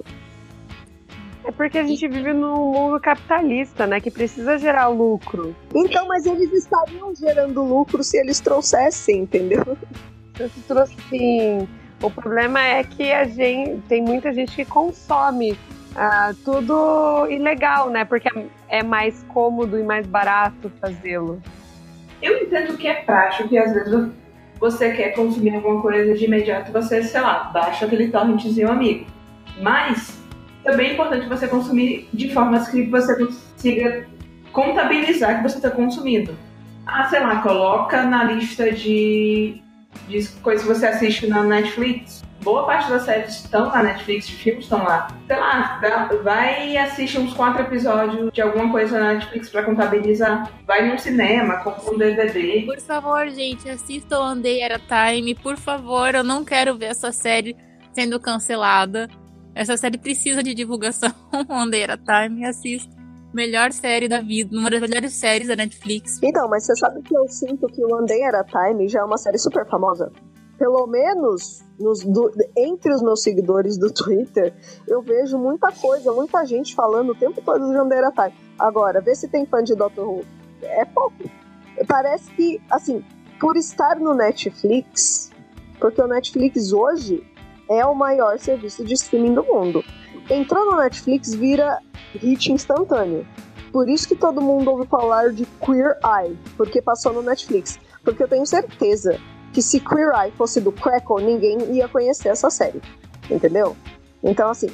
S2: É porque a gente vive num mundo capitalista, né? Que precisa gerar lucro.
S3: Então, mas eles estariam gerando lucro se eles trouxessem, entendeu?
S2: Sim. O problema é que tem muita gente que consome tudo ilegal, né? Porque é mais cômodo e mais barato fazê-lo.
S4: Eu entendo que é prático, que às vezes você quer consumir alguma coisa de imediato, você, sei lá, baixa aquele torrentzinho amigo. Mas também é importante você consumir de formas que você consiga contabilizar que você está consumindo. Sei lá, coloca na lista de coisas que você assiste na Netflix. Boa parte das séries estão na Netflix, de filmes estão lá. Sei lá, vai e assiste uns 4 episódios de alguma coisa na Netflix pra contabilizar. Vai num cinema, compra um DVD.
S1: Por favor, gente, assistam One Day at a Time. Por favor, eu não quero ver essa série sendo cancelada. Essa série precisa de divulgação. One Day at a Time, assista. Melhor série da vida, uma das melhores séries da Netflix.
S3: Então, mas você sabe que eu sinto que o One Day at a Time já é uma série super famosa? Pelo menos entre os meus seguidores do Twitter, eu vejo muita coisa, muita gente falando o tempo todo do One Day at a Time. Agora, vê se tem fã de Doctor Who. É pouco. Parece que, assim, por estar no Netflix, porque o Netflix hoje é o maior serviço de streaming do mundo. Entrou no Netflix, vira hit instantâneo. Por isso que todo mundo ouve falar de Queer Eye, porque passou no Netflix. Porque eu tenho certeza que se Queer Eye fosse do Crackle, ninguém ia conhecer essa série. Entendeu? Então, assim,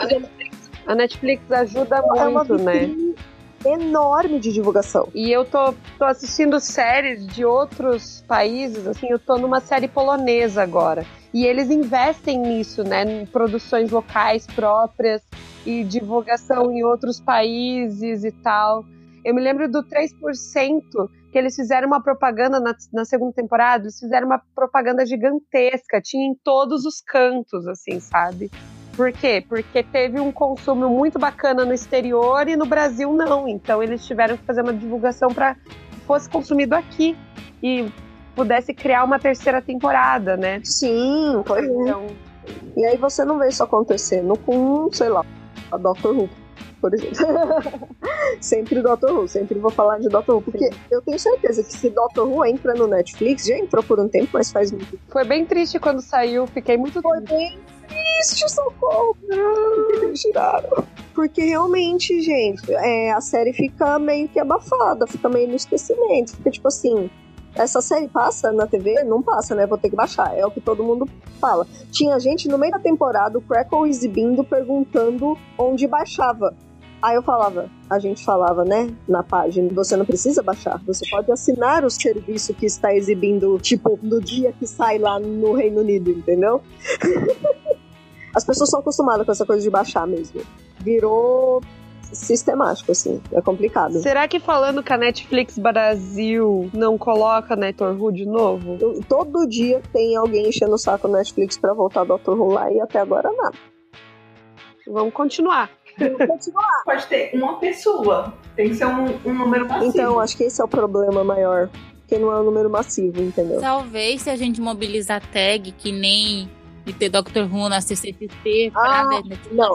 S2: A Netflix ajuda muito, né?
S3: Enorme de divulgação.
S2: E eu tô assistindo séries de outros países, assim, eu tô numa série polonesa agora. E eles investem nisso, né? Em produções locais próprias e divulgação em outros países e tal. Eu me lembro do 3%, que eles fizeram uma propaganda na segunda temporada, eles fizeram uma propaganda gigantesca, tinha em todos os cantos, assim, sabe? Por quê? Porque teve um consumo muito bacana no exterior e no Brasil não. Então eles tiveram que fazer uma divulgação para fosse consumido aqui e pudesse criar uma terceira temporada, né?
S3: Sim, pois então... E aí você não vê isso acontecendo com, sei lá, a Doctor Who, por exemplo. Sempre Doctor Who, sempre vou falar de Doctor Who, porque eu tenho certeza que se Doctor Who entra no Netflix, já entrou por um tempo, mas faz muito.
S2: Foi bem triste quando saiu, fiquei muito
S3: triste. Foi bem triste, socorro! Não, tiraram. Porque realmente, gente, a série fica meio que abafada, fica meio no esquecimento, fica tipo assim... Essa série passa na TV? Não passa, né? Vou ter que baixar. É o que todo mundo fala. Tinha gente no meio da temporada, o Crackle exibindo, perguntando onde baixava. Aí a gente falava, né? Na página, você não precisa baixar. Você pode assinar o serviço que está exibindo, tipo, no dia que sai lá no Reino Unido, entendeu? As pessoas são acostumadas com essa coisa de baixar mesmo. Virou... sistemático, assim, é complicado.
S2: Será que falando que a Netflix Brasil não coloca Doctor Who de novo?
S3: Todo dia tem alguém enchendo o saco na Netflix pra voltar do Doctor Who lá e até agora nada.
S2: Vamos continuar.
S4: Pode ter uma pessoa, tem que ser um número massivo.
S3: Então, acho que esse é o problema maior, que não é um número massivo, entendeu?
S1: Talvez se a gente mobilizar tag, que nem de ter Doctor Who na CCXP
S3: não,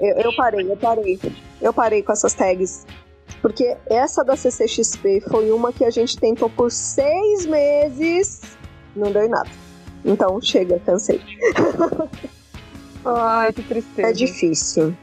S3: eu parei com essas tags, porque essa da CCXP foi uma que a gente tentou por 6 meses, não deu em nada. Então chega, cansei.
S2: Ai, que tristeza.
S3: É difícil.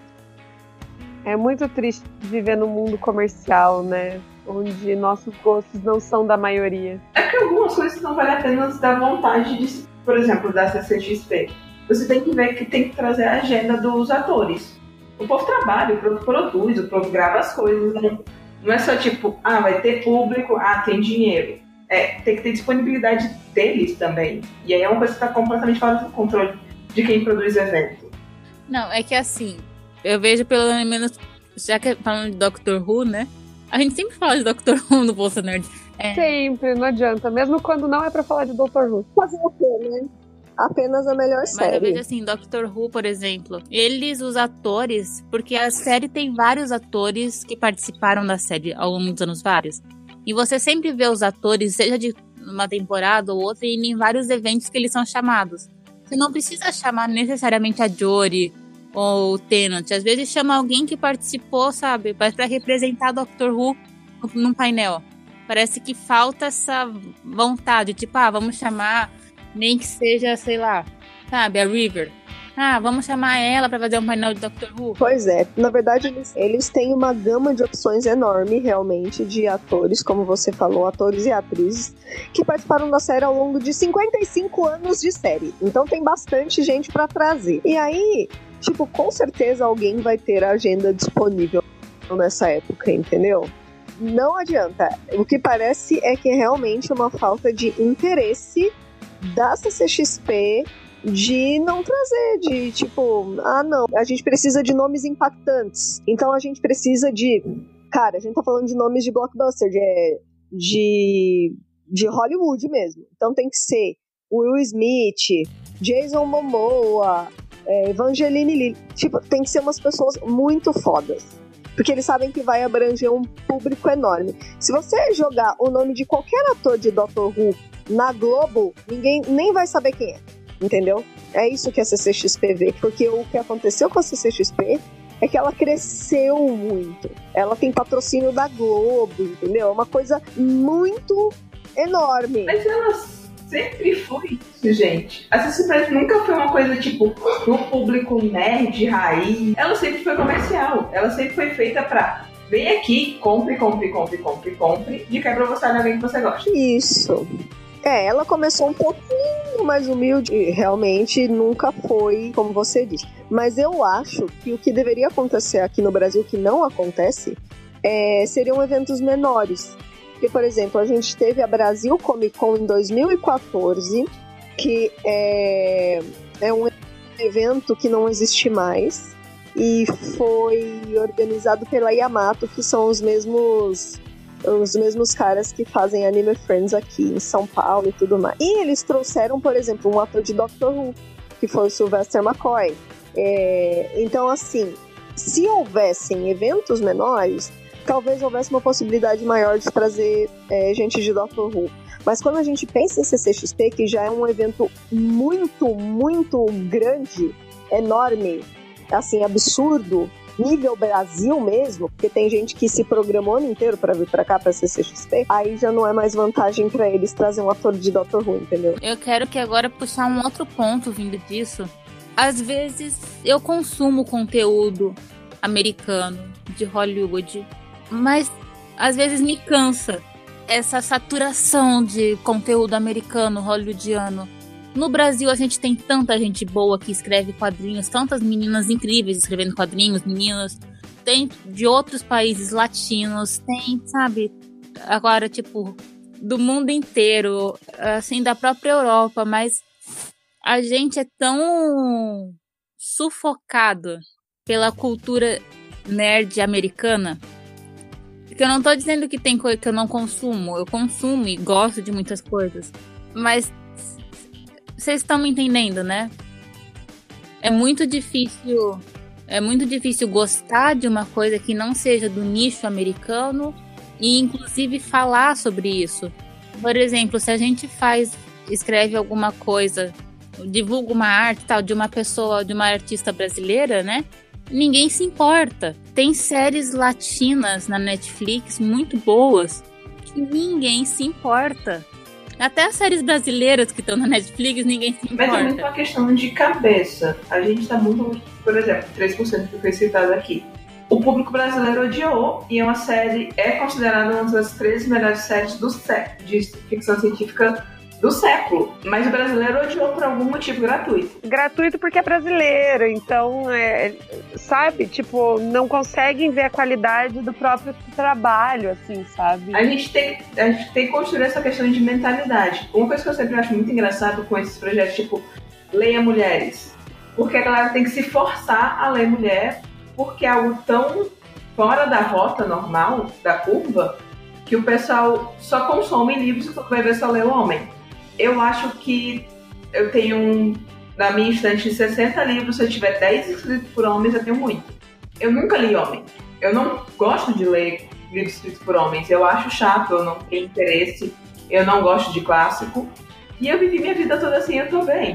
S2: É muito triste viver num mundo comercial, né? Onde nossos gostos não são da maioria.
S4: É que algumas coisas não vale a pena nos dar vontade de, por exemplo, da CCXP. Você tem que ver que tem que trazer a agenda dos atores. O povo trabalha, o povo produz, o povo grava as coisas. Não é só tipo, vai ter público, tem dinheiro. Tem que ter disponibilidade deles também. E aí é uma coisa que está completamente fora do controle de quem produz evento.
S1: Não, é que assim, eu vejo pelo menos, já que falando de Doctor Who, né? A gente sempre fala de Doctor Who no Bolsa Nerd.
S2: Sempre, não adianta. Mesmo quando não é pra falar de Doctor Who.
S3: Fazer o quê, né? Apenas a melhor série.
S1: Mas eu vejo assim, Doctor Who, por exemplo, os atores, porque a série tem vários atores que participaram da série ao longo dos anos, vários. E você sempre vê os atores, seja de uma temporada ou outra, indo em vários eventos que eles são chamados. Você não precisa chamar necessariamente a Jory ou o Tennant. Às vezes chama alguém que participou, sabe? Para representar Doctor Who num painel. Parece que falta essa vontade, tipo, vamos chamar... Nem que seja, sei lá, sabe, a River. Vamos chamar ela pra fazer um painel de Doctor Who.
S3: Pois é, na verdade eles têm uma gama de opções enorme, realmente, de atores, como você falou, atores e atrizes, que participaram da série ao longo de 55 anos de série. Então tem bastante gente pra trazer. E aí, tipo, com certeza alguém vai ter a agenda disponível nessa época, entendeu? Não adianta. O que parece é que é realmente uma falta de interesse da CCXP de não trazer, de tipo, não, a gente precisa de nomes impactantes, então a gente precisa de, cara, a gente tá falando de nomes de blockbuster, de Hollywood mesmo, então tem que ser Will Smith, Jason Momoa, Evangeline Lilly, tipo, tem que ser umas pessoas muito fodas, porque eles sabem que vai abranger um público enorme. Se você jogar o nome de qualquer ator de Doctor Who na Globo, ninguém nem vai saber quem é, entendeu? É isso que a CCXP vê, porque o que aconteceu com a CCXP é que ela cresceu muito. Ela tem patrocínio da Globo, entendeu? É uma coisa muito enorme.
S4: Mas ela sempre foi isso, gente. A CCXP nunca foi uma coisa tipo pro público nerd, raiz. Ela sempre foi comercial. Ela sempre foi feita pra vem aqui, compre, de quebra você olha alguém que você gosta.
S3: Isso. Ela começou um pouquinho mais humilde, e realmente nunca foi, como você disse. Mas eu acho que o que deveria acontecer aqui no Brasil, que não acontece, seriam eventos menores. Porque, por exemplo, a gente teve a Brasil Comic Con em 2014, que é um evento que não existe mais, e foi organizado pela Yamato, que são os mesmos caras que fazem Anime Friends aqui em São Paulo e tudo mais. E eles trouxeram, por exemplo, um ator de Doctor Who, que foi o Sylvester McCoy. Então, assim, se houvessem eventos menores, talvez houvesse uma possibilidade maior de trazer gente de Doctor Who. Mas quando a gente pensa em CCXP, que já é um evento muito, muito grande, enorme, assim, absurdo, nível Brasil mesmo, porque tem gente que se programou o ano inteiro pra vir pra cá, pra CCXP, aí já não é mais vantagem pra eles trazer um ator de Doctor Who, entendeu?
S1: Eu quero que agora puxar um outro ponto vindo disso. Às vezes eu consumo conteúdo americano, de Hollywood, mas às vezes me cansa essa saturação de conteúdo americano, hollywoodiano. No Brasil a gente tem tanta gente boa que escreve quadrinhos, tantas meninas incríveis escrevendo quadrinhos, meninas, tem de outros países latinos, tem, sabe, agora tipo, do mundo inteiro, assim, da própria Europa, mas a gente é tão sufocado pela cultura nerd americana, que eu não tô dizendo que tem coisa que eu não consumo. Eu consumo e gosto de muitas coisas. Mas vocês estão me entendendo, né? É muito difícil gostar de uma coisa que não seja do nicho americano e inclusive falar sobre isso. Por exemplo, se a gente escreve alguma coisa, divulga uma arte tal de uma pessoa, de uma artista brasileira, né? Ninguém se importa. Tem séries latinas na Netflix muito boas que ninguém se importa. Até as séries brasileiras que estão na Netflix, ninguém se importa.
S4: Mas é muito uma questão de cabeça. A gente tá muito... Por exemplo, 3% que foi citado aqui. O público brasileiro odiou e é considerada uma das 13 melhores séries de ficção científica do século, mas o brasileiro odiou por algum motivo gratuito.
S2: Gratuito porque é brasileiro, então, sabe, tipo, não conseguem ver a qualidade do próprio trabalho, assim, sabe?
S4: A gente tem que construir essa questão de mentalidade. Uma coisa que eu sempre acho muito engraçado com esses projetos, tipo, leia mulheres, porque a galera tem que se forçar a ler mulher, porque é algo tão fora da rota normal, da curva, que o pessoal só consome livros e quando vai ver só lê o homem. Eu acho que eu tenho, na minha estante, 60 livros. Se eu tiver 10 escritos por homens, eu tenho muito. Eu nunca li homem. Eu não gosto de ler livros escritos por homens. Eu acho chato, eu não tenho interesse. Eu não gosto de clássico. E eu vivi minha vida toda assim, eu tô bem.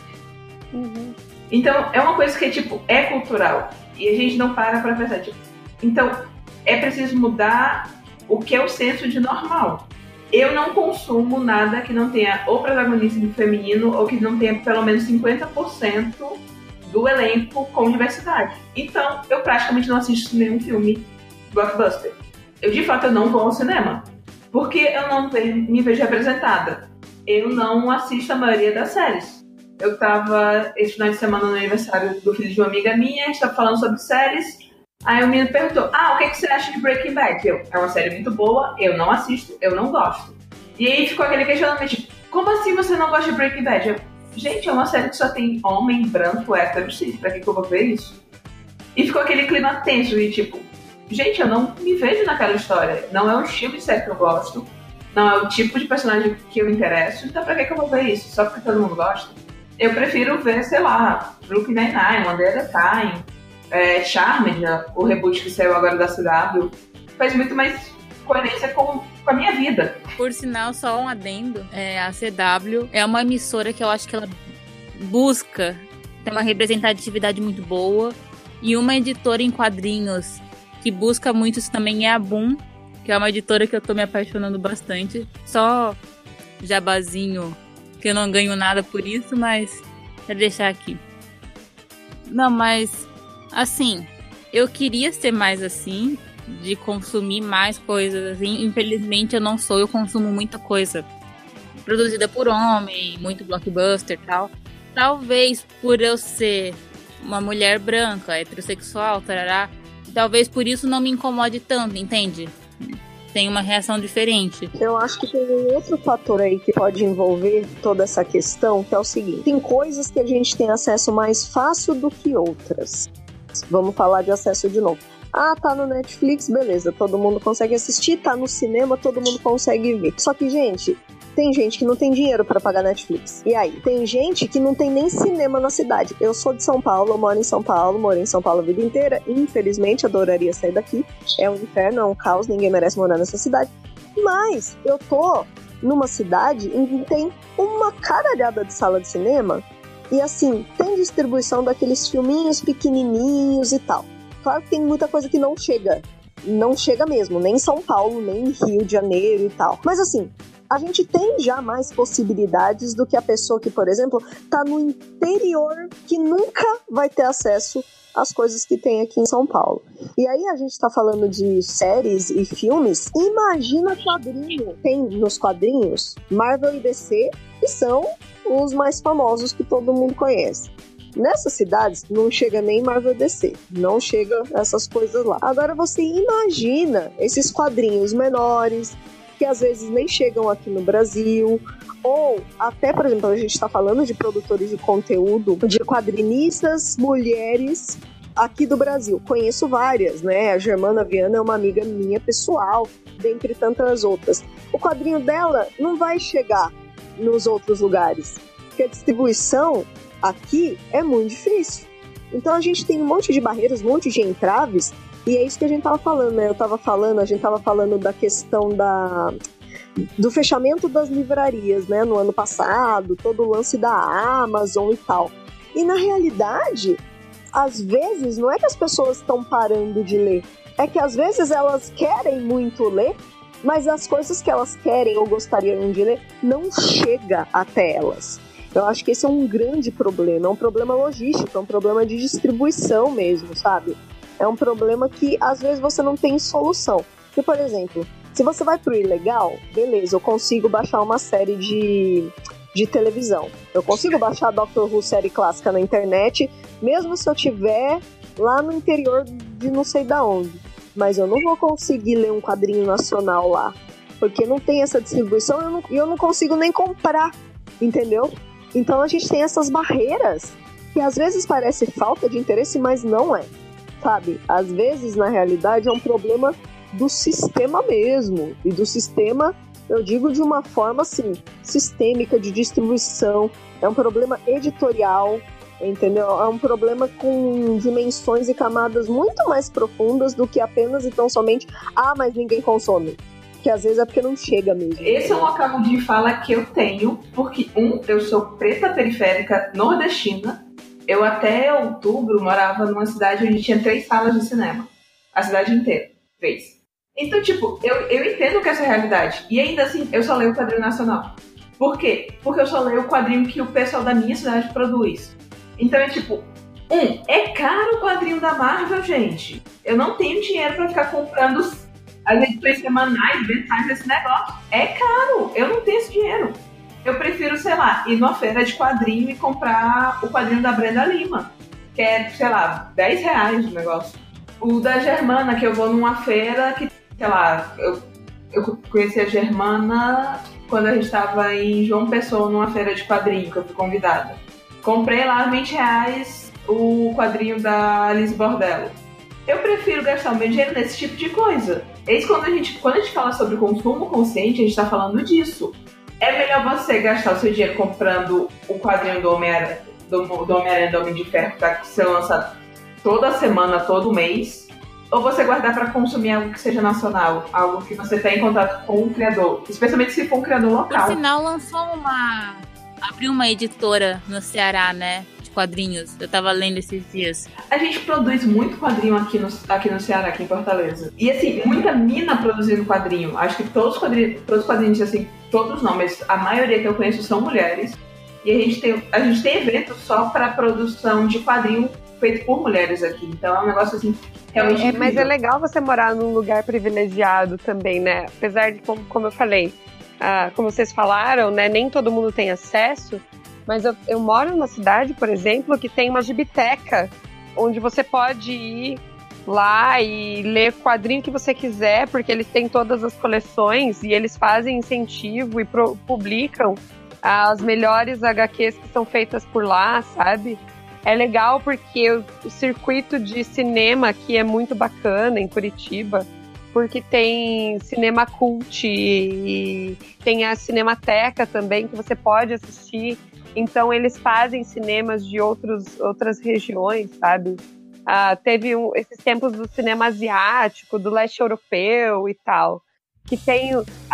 S2: Uhum.
S4: Então, é uma coisa que, tipo, é cultural. E a gente não para pra pensar, tipo... Então, é preciso mudar o que é o senso de normal. Eu não consumo nada que não tenha ou protagonismo feminino ou que não tenha pelo menos 50% do elenco com diversidade. Então, eu praticamente não assisto nenhum filme blockbuster. De fato, eu não vou ao cinema. Porque eu não me vejo representada. Eu não assisto a maioria das séries. Eu tava esse final de semana no aniversário do filho de uma amiga minha, a gente tava falando sobre séries. Aí o menino perguntou, o que você acha de Breaking Bad? É uma série muito boa, eu não assisto, eu não gosto. E aí ficou aquele questionamento, tipo, como assim você não gosta de Breaking Bad? Gente, é uma série que só tem homem, branco, hétero, cis, pra que eu vou ver isso? E ficou aquele clima tenso de tipo, gente, eu não me vejo naquela história, não é o estilo de série que eu gosto, não é o tipo de personagem que eu me interesso, então pra que eu vou ver isso? Só porque todo mundo gosta? Eu prefiro ver, sei lá, Brooklyn Nine-Nine, One Day at a Time, Charmed, o reboot que saiu agora da CW, faz muito mais coerência com a minha vida.
S1: Por sinal, só um adendo, a CW é uma emissora que eu acho que ela busca ter uma representatividade muito boa, e uma editora em quadrinhos que busca muito isso também é a Boom, que é uma editora que eu tô me apaixonando bastante. Só jabazinho, que eu não ganho nada por isso, mas quero deixar aqui. Não, mas assim, eu queria ser mais assim, de consumir mais coisas assim. Infelizmente eu não sou, eu consumo muita coisa produzida por homem, muito blockbuster e tal. Talvez por eu ser uma mulher branca, heterossexual, tarará, talvez por isso não me incomode tanto, entende? Tem uma reação diferente.
S3: Eu acho que tem um outro fator aí que pode envolver toda essa questão, que é o seguinte: tem coisas que a gente tem acesso mais fácil do que outras. Vamos falar de acesso de novo. Tá no Netflix, beleza, todo mundo consegue assistir, tá no cinema, todo mundo consegue ver. Só que, gente, Tem gente que não tem dinheiro pra pagar Netflix. E aí? Tem gente que não tem nem cinema na cidade. Eu sou de São Paulo, eu moro em São Paulo, morei em São Paulo a vida inteira. Infelizmente, adoraria sair daqui. É um inferno, é um caos, ninguém merece morar nessa cidade. Mas eu tô numa cidade em que tem uma caralhada de sala de cinema. E assim, tem distribuição daqueles filminhos pequenininhos e tal. Claro que tem muita coisa que não chega. Não chega mesmo, nem em São Paulo, nem em Rio de Janeiro e tal. Mas assim, a gente tem já mais possibilidades do que a pessoa que, por exemplo, tá no interior, que nunca vai ter acesso às coisas que tem aqui em São Paulo. E aí a gente tá falando de séries e filmes. Imagina quadrinho. Tem nos quadrinhos Marvel e DC, que são os mais famosos que todo mundo conhece. Nessas cidades não chega nem Marvel DC, não chega essas coisas lá. Agora você imagina esses quadrinhos menores, que às vezes nem chegam aqui no Brasil, ou até, por exemplo, a gente está falando de produtores de conteúdo, de quadrinistas mulheres aqui do Brasil. Conheço várias, né? A Germana Viana é uma amiga minha pessoal, dentre tantas outras. O quadrinho dela não vai chegar nos outros lugares, porque a distribuição aqui é muito difícil. Então a gente tem um monte de barreiras, um monte de entraves, e é isso que a gente tava falando, né? A gente tava falando da questão do fechamento das livrarias, né? No ano passado, todo o lance da Amazon e tal. E na realidade, às vezes, não é que as pessoas estão parando de ler, é que às vezes elas querem muito ler, mas as coisas que elas querem ou gostariam de ler não chega até elas. Eu acho que esse é um grande problema, é um problema logístico, é um problema de distribuição mesmo, sabe? É um problema que às vezes você não tem solução. Porque, por exemplo, se você vai pro ilegal, beleza, eu consigo baixar uma série de televisão. Eu consigo baixar a Doctor Who série clássica na internet, mesmo se eu tiver lá no interior de não sei da onde. Mas eu não vou conseguir ler um quadrinho nacional lá, porque não tem essa distribuição e eu não consigo nem comprar, entendeu? Então a gente tem essas barreiras que às vezes parece falta de interesse, mas não é, sabe? Às vezes, na realidade, é um problema do sistema mesmo. E do sistema, eu digo de uma forma assim, sistêmica, de distribuição. É um problema editorial, entendeu? É um problema com dimensões e camadas muito mais profundas do que apenas e tão somente mas ninguém consome. Que às vezes é porque não chega mesmo.
S4: Esse é um local de fala que eu tenho, porque eu sou preta periférica nordestina. Eu até outubro morava numa cidade onde tinha 3 salas de cinema. A cidade inteira. 3. Então, tipo, eu entendo que essa é a realidade. E ainda assim, eu só leio o quadrinho nacional. Por quê? Porque eu só leio o quadrinho que o pessoal da minha cidade produz. Então é tipo, é caro o quadrinho da Marvel, gente. Eu não tenho dinheiro pra ficar comprando as edições semanais, mensais desse negócio. É caro, eu não tenho esse dinheiro. Eu prefiro, sei lá, ir numa feira de quadrinho e comprar o quadrinho da Brenda Lima, que é, sei lá, R$10 o negócio. O da Germana, que eu vou numa feira que, sei lá, eu conheci a Germana quando a gente estava em João Pessoa, numa feira de quadrinho, que eu fui convidada. Comprei lá R$20 o quadrinho da Alice Bordello. Eu prefiro gastar o meu dinheiro nesse tipo de coisa. É isso quando a gente fala sobre consumo consciente, a gente está falando disso. É melhor você gastar o seu dinheiro comprando o quadrinho do Homem-Aranha, do Homem de Ferro, que está sendo lançado toda semana, todo mês, ou você guardar para consumir algo que seja nacional, algo que você está em contato com o criador, especialmente se for um criador local.
S1: No final abriu uma editora no Ceará, né? Quadrinhos, eu tava lendo esses dias.
S4: A gente produz muito quadrinho aqui no Ceará, aqui em Fortaleza. E assim, muita mina produzindo quadrinho. Acho que todos os quadrinhos, assim, todos não, mas a maioria que eu conheço são mulheres. E a gente tem eventos só pra produção de quadrinho feito por mulheres aqui. Então é um negócio assim, realmente incrível.
S2: Mas é legal você morar num lugar privilegiado também, né? Apesar de, como eu falei, como vocês falaram, né? Nem todo mundo tem acesso. Mas eu moro numa cidade, por exemplo, que tem uma gibiteca, onde você pode ir lá e ler o quadrinho que você quiser, porque eles têm todas as coleções e eles fazem incentivo e publicam as melhores HQs que são feitas por lá, sabe? É legal porque o circuito de cinema aqui é muito bacana em Curitiba. porque tem cinema cult e tem a Cinemateca também, que você pode assistir. Então eles fazem cinemas de outras regiões, sabe? Teve esses tempos do cinema asiático, do leste europeu e tal. Que tem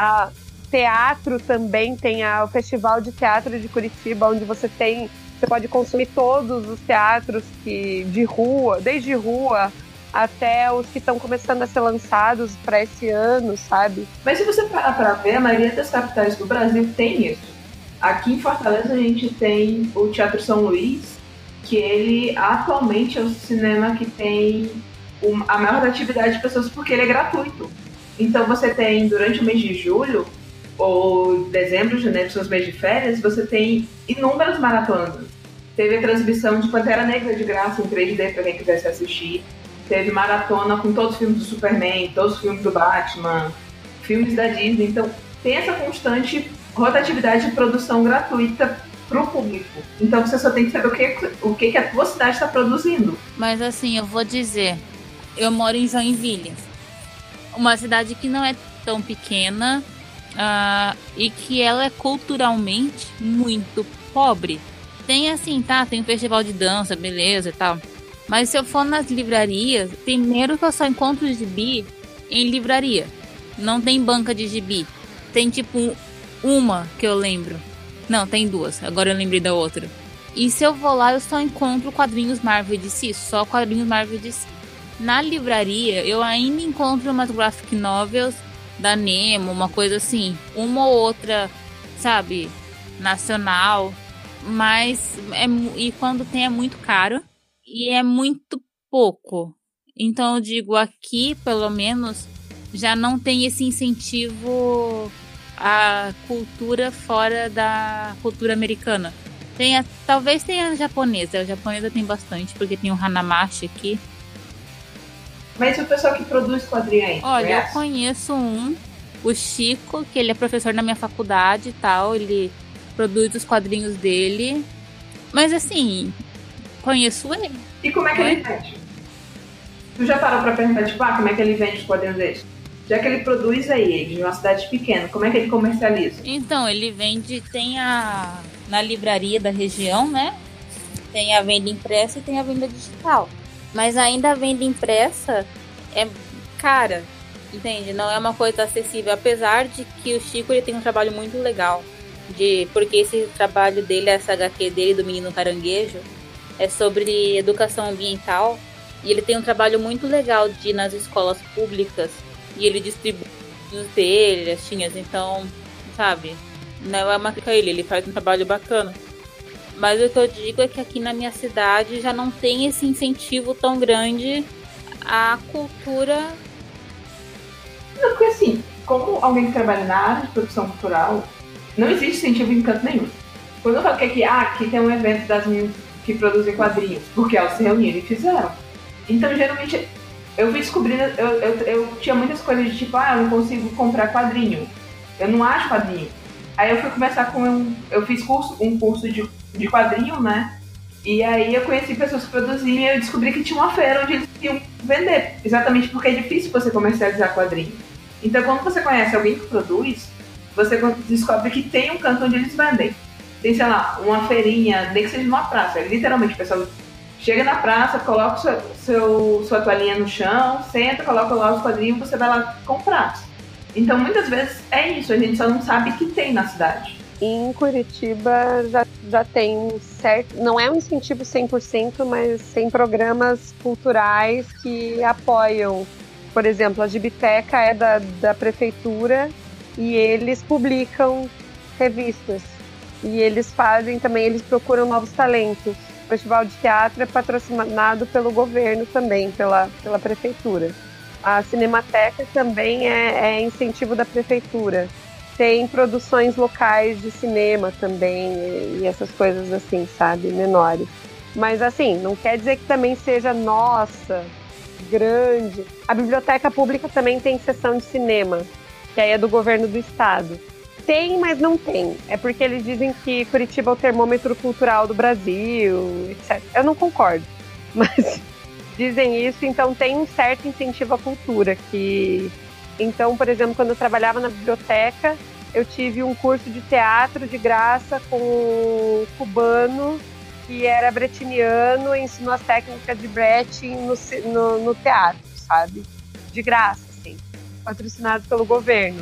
S2: teatro também, tem o Festival de Teatro de Curitiba, onde você pode consumir todos os teatros de rua, desde rua até os que estão começando a ser lançados para esse ano, sabe?
S4: Mas se você parar para ver, a maioria das capitais do Brasil tem isso. Aqui em Fortaleza a gente tem o Teatro São Luís, que ele atualmente é o cinema que tem a maior atividade de pessoas, porque ele é gratuito. Então você tem, durante o mês de julho, ou dezembro, janeiro, são os meses de férias, você tem inúmeras maratonas. Teve a transmissão de Pantera Negra de graça em 3D para quem quisesse assistir. Teve maratona com todos os filmes do Superman, todos os filmes do Batman, filmes da Disney. Então tem essa constante rotatividade de produção gratuita pro público. Então você só tem que saber o que a tua cidade está produzindo.
S1: Mas assim, eu vou dizer, eu moro em Joinville, uma cidade que não é tão pequena e que ela é culturalmente muito pobre. Tem assim, tem um festival de dança, beleza e tal. Mas se eu for nas livrarias, primeiro que eu só encontro gibi em livraria. Não tem banca de gibi. Tem tipo uma que eu lembro. Não, tem duas. Agora eu lembrei da outra. E se eu vou lá, eu só encontro quadrinhos Marvel e DC. Só quadrinhos Marvel e DC. Na livraria, eu ainda encontro umas graphic novels da Nemo, uma coisa assim. Uma ou outra, sabe, nacional. Mas, e quando tem é muito caro. E é muito pouco. Então eu digo, aqui, pelo menos, já não tem esse incentivo à cultura fora da cultura americana. Talvez tenha a japonesa. A japonesa tem bastante, porque tem o Hanamachi aqui.
S4: Mas o pessoal que produz quadrinho aí?
S1: Olha, eu conheço o Chico, que ele é professor na minha faculdade e tal. Ele produz os quadrinhos dele. Mas assim, conheço ele.
S4: E como é que ele vende? Tu já parou pra perguntar, tipo, como é que ele vende os quadrinhos dele? Já que ele produz aí, de uma cidade pequena, como é que ele comercializa?
S1: Então, ele vende, na livraria da região, né? Tem a venda impressa e tem a venda digital. Mas ainda a venda impressa é cara, entende? Não é uma coisa acessível, apesar de que o Chico ele tem um trabalho muito legal. Porque esse trabalho dele, essa HQ dele, do Menino Caranguejo, é sobre educação ambiental. E ele tem um trabalho muito legal de ir nas escolas públicas e ele distribui os dele, as tinhas. Então, sabe, não é uma crítica a ele faz um trabalho bacana. Mas o que eu digo é que aqui na minha cidade já não tem esse incentivo tão grande à cultura.
S4: Não, porque assim, como alguém que trabalha na área de produção cultural, não existe incentivo em canto nenhum. Quando eu falo que aqui tem um evento das meninas que produzem quadrinhos, porque elas se reuniram e fizeram. Então, geralmente, eu fui descobrindo, eu tinha muitas coisas de tipo, eu não consigo comprar quadrinho, eu não acho quadrinho. Aí eu fui começar eu fiz um curso de quadrinho, né? E aí eu conheci pessoas que produziam e eu descobri que tinha uma feira onde eles iam vender, exatamente porque é difícil você comercializar quadrinho. Então, quando você conhece alguém que produz, você descobre que tem um canto onde eles vendem. Tem, sei lá, uma feirinha, nem que seja numa praça, literalmente, o pessoal chega na praça, coloca sua toalhinha no chão, senta, coloca lá os quadrinhos e você vai lá comprar. Então, muitas vezes é isso, a gente só não sabe que tem na cidade.
S2: Em Curitiba já tem um certo, não é um incentivo 100%, mas tem programas culturais que apoiam. Por exemplo, a Gibiteca é da prefeitura e eles publicam revistas. E eles fazem também, eles procuram novos talentos. O Festival de Teatro é patrocinado pelo governo também, pela prefeitura. A Cinemateca também é incentivo da prefeitura. Tem produções locais de cinema também e essas coisas assim, sabe, menores. Mas assim, não quer dizer que também seja, nossa, grande. A biblioteca pública também tem seção de cinema, que aí é do governo do estado. Tem, mas não tem. É porque eles dizem que Curitiba é o termômetro cultural do Brasil, etc. Eu não concordo, mas dizem isso, então tem um certo incentivo à cultura, que Então, por exemplo, quando eu trabalhava na biblioteca, eu tive um curso de teatro de graça com um cubano que era bretiniano e ensinou as técnicas de Brecht no teatro, sabe? De graça, assim, patrocinado pelo governo.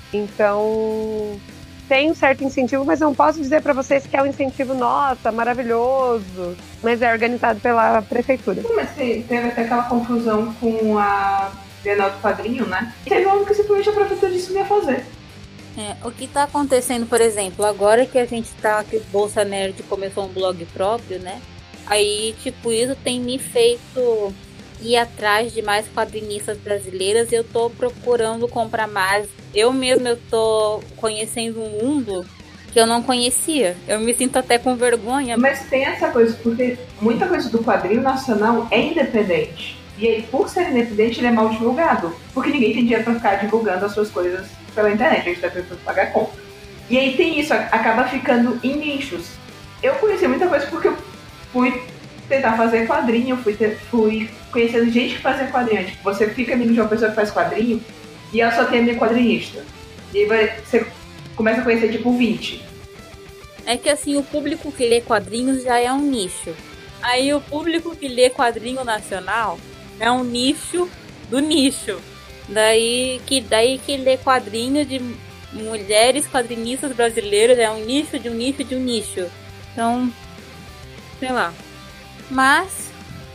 S2: Então, tem um certo incentivo, mas não posso dizer para vocês que é um incentivo, nossa, maravilhoso, mas é organizado pela prefeitura.
S4: Mas teve até aquela confusão com a Bienal do Quadrinho, né? E teve um ano que simplesmente a prefeitura disse que não ia fazer.
S1: O que tá acontecendo, por exemplo, agora que a gente tá, que o Bolsa Nerd começou um blog próprio, né? Aí, tipo, isso tem me feito ir atrás de mais quadrinistas brasileiras e eu tô procurando comprar mais. Eu tô conhecendo um mundo que eu não conhecia. Eu me sinto até com vergonha.
S4: Mas tem essa coisa, porque muita coisa do quadrinho nacional é independente. E aí, por ser independente, ele é mal divulgado. Porque ninguém tem dinheiro pra ficar divulgando as suas coisas pela internet, a gente tá tentando pagar conta. E aí tem isso, acaba ficando em nichos. Eu conheci muita coisa porque eu fui tentar fazer quadrinho, fui conhecendo gente que fazia quadrinho. Tipo, você fica amigo de uma pessoa que faz quadrinho e ela só tem amigo quadrinista. E aí você começa a conhecer, tipo, 20.
S1: É que assim, o público que lê quadrinhos já é um nicho. Aí o público que lê quadrinho nacional é um nicho do nicho. Daí que lê quadrinho de mulheres quadrinistas brasileiras é um nicho de um nicho de um nicho. Então, sei lá. Mas,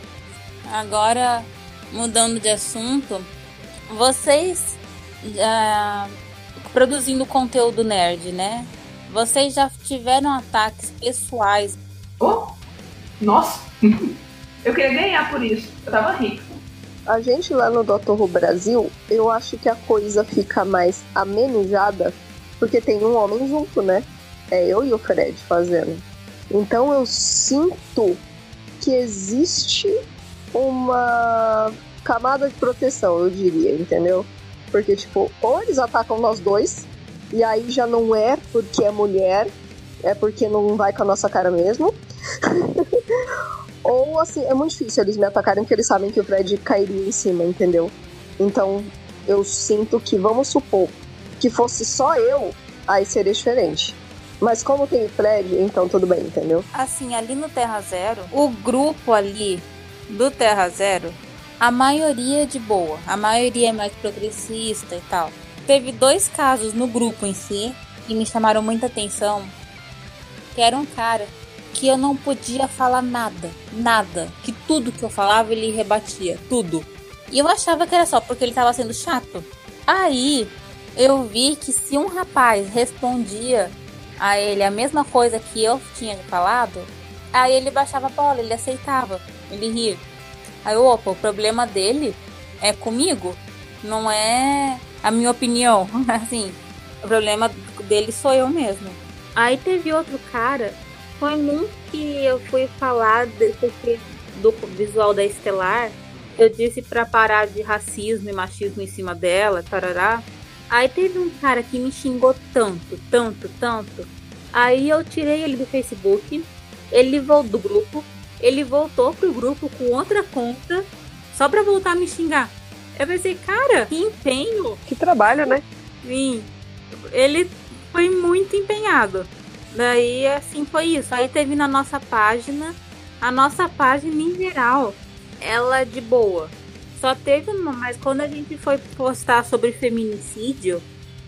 S1: agora, mudando de assunto, vocês produzindo conteúdo nerd, né? Vocês já tiveram ataques pessoais?
S4: Oh, nossa! Eu queria ganhar por isso. Eu tava rico.
S3: A gente lá no Dr. Who Brasil, eu acho que a coisa fica mais amenizada porque tem um homem junto, né? É eu e o Fred fazendo. Então eu sinto que existe uma camada de proteção, eu diria, entendeu? Porque, tipo, ou eles atacam nós dois, e aí já não é porque é mulher, é porque não vai com a nossa cara mesmo. Ou, assim, é muito difícil eles me atacarem porque eles sabem que o Fred cairia em cima, entendeu? Então, eu sinto que, vamos supor, que fosse só eu, aí seria diferente. Mas como tem o Fred, então tudo bem, entendeu?
S1: Assim, ali no Terra Zero, o grupo ali do Terra Zero, a maioria é de boa. A maioria é mais progressista e tal. Teve 2 casos no grupo em si que me chamaram muita atenção. Que era um cara que eu não podia falar nada. Que tudo que eu falava ele rebatia, tudo. E eu achava que era só porque ele tava sendo chato. Aí eu vi que se um rapaz respondia a ele a mesma coisa que eu tinha falado, aí ele baixava a bola, ele aceitava, ele ria. Aí opa, o problema dele é comigo, não é a minha opinião. Assim, o problema dele sou eu mesmo. Aí teve outro cara, foi num que eu fui falar do visual da Estelar, eu disse pra parar de racismo e machismo em cima dela, tarará. Aí teve um cara que me xingou tanto. Aí eu tirei ele do Facebook, ele voltou do grupo, ele voltou pro grupo com outra conta, só pra voltar a me xingar. Eu pensei, cara, que empenho.
S2: Que trabalho, né?
S1: Sim, ele foi muito empenhado. Daí, assim, foi isso. Aí teve na nossa página, a nossa página em geral, ela de boa. Só teve uma, mas quando a gente foi postar sobre feminicídio,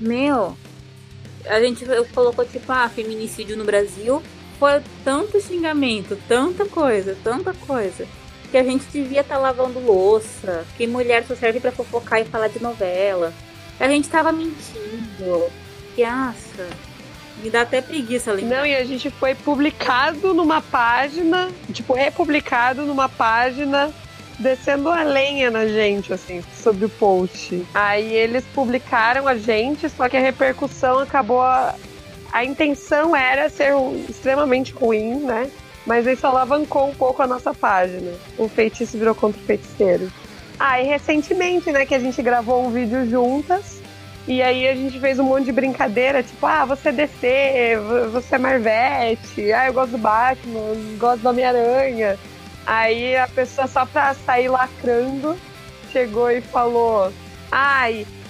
S1: a gente colocou tipo, feminicídio no Brasil, foi tanto xingamento, tanta coisa, que a gente devia estar lavando louça, que mulher só serve pra fofocar e falar de novela. A gente tava mentindo. Que me dá até preguiça ali.
S2: Não, e a gente foi publicado numa página, tipo, republicado numa página, descendo a lenha na gente, assim, sobre o post. Aí eles publicaram a gente, só que a repercussão acabou... A intenção era ser extremamente ruim, né? Mas isso alavancou um pouco a nossa página. O feitiço virou contra o feiticeiro. E recentemente, né, que a gente gravou um vídeo juntas. E aí a gente fez um monte de brincadeira, tipo, você é DC, você é Marvete, eu gosto do Batman, gosto do Homem-Aranha. Aí a pessoa, só pra sair lacrando, chegou e falou,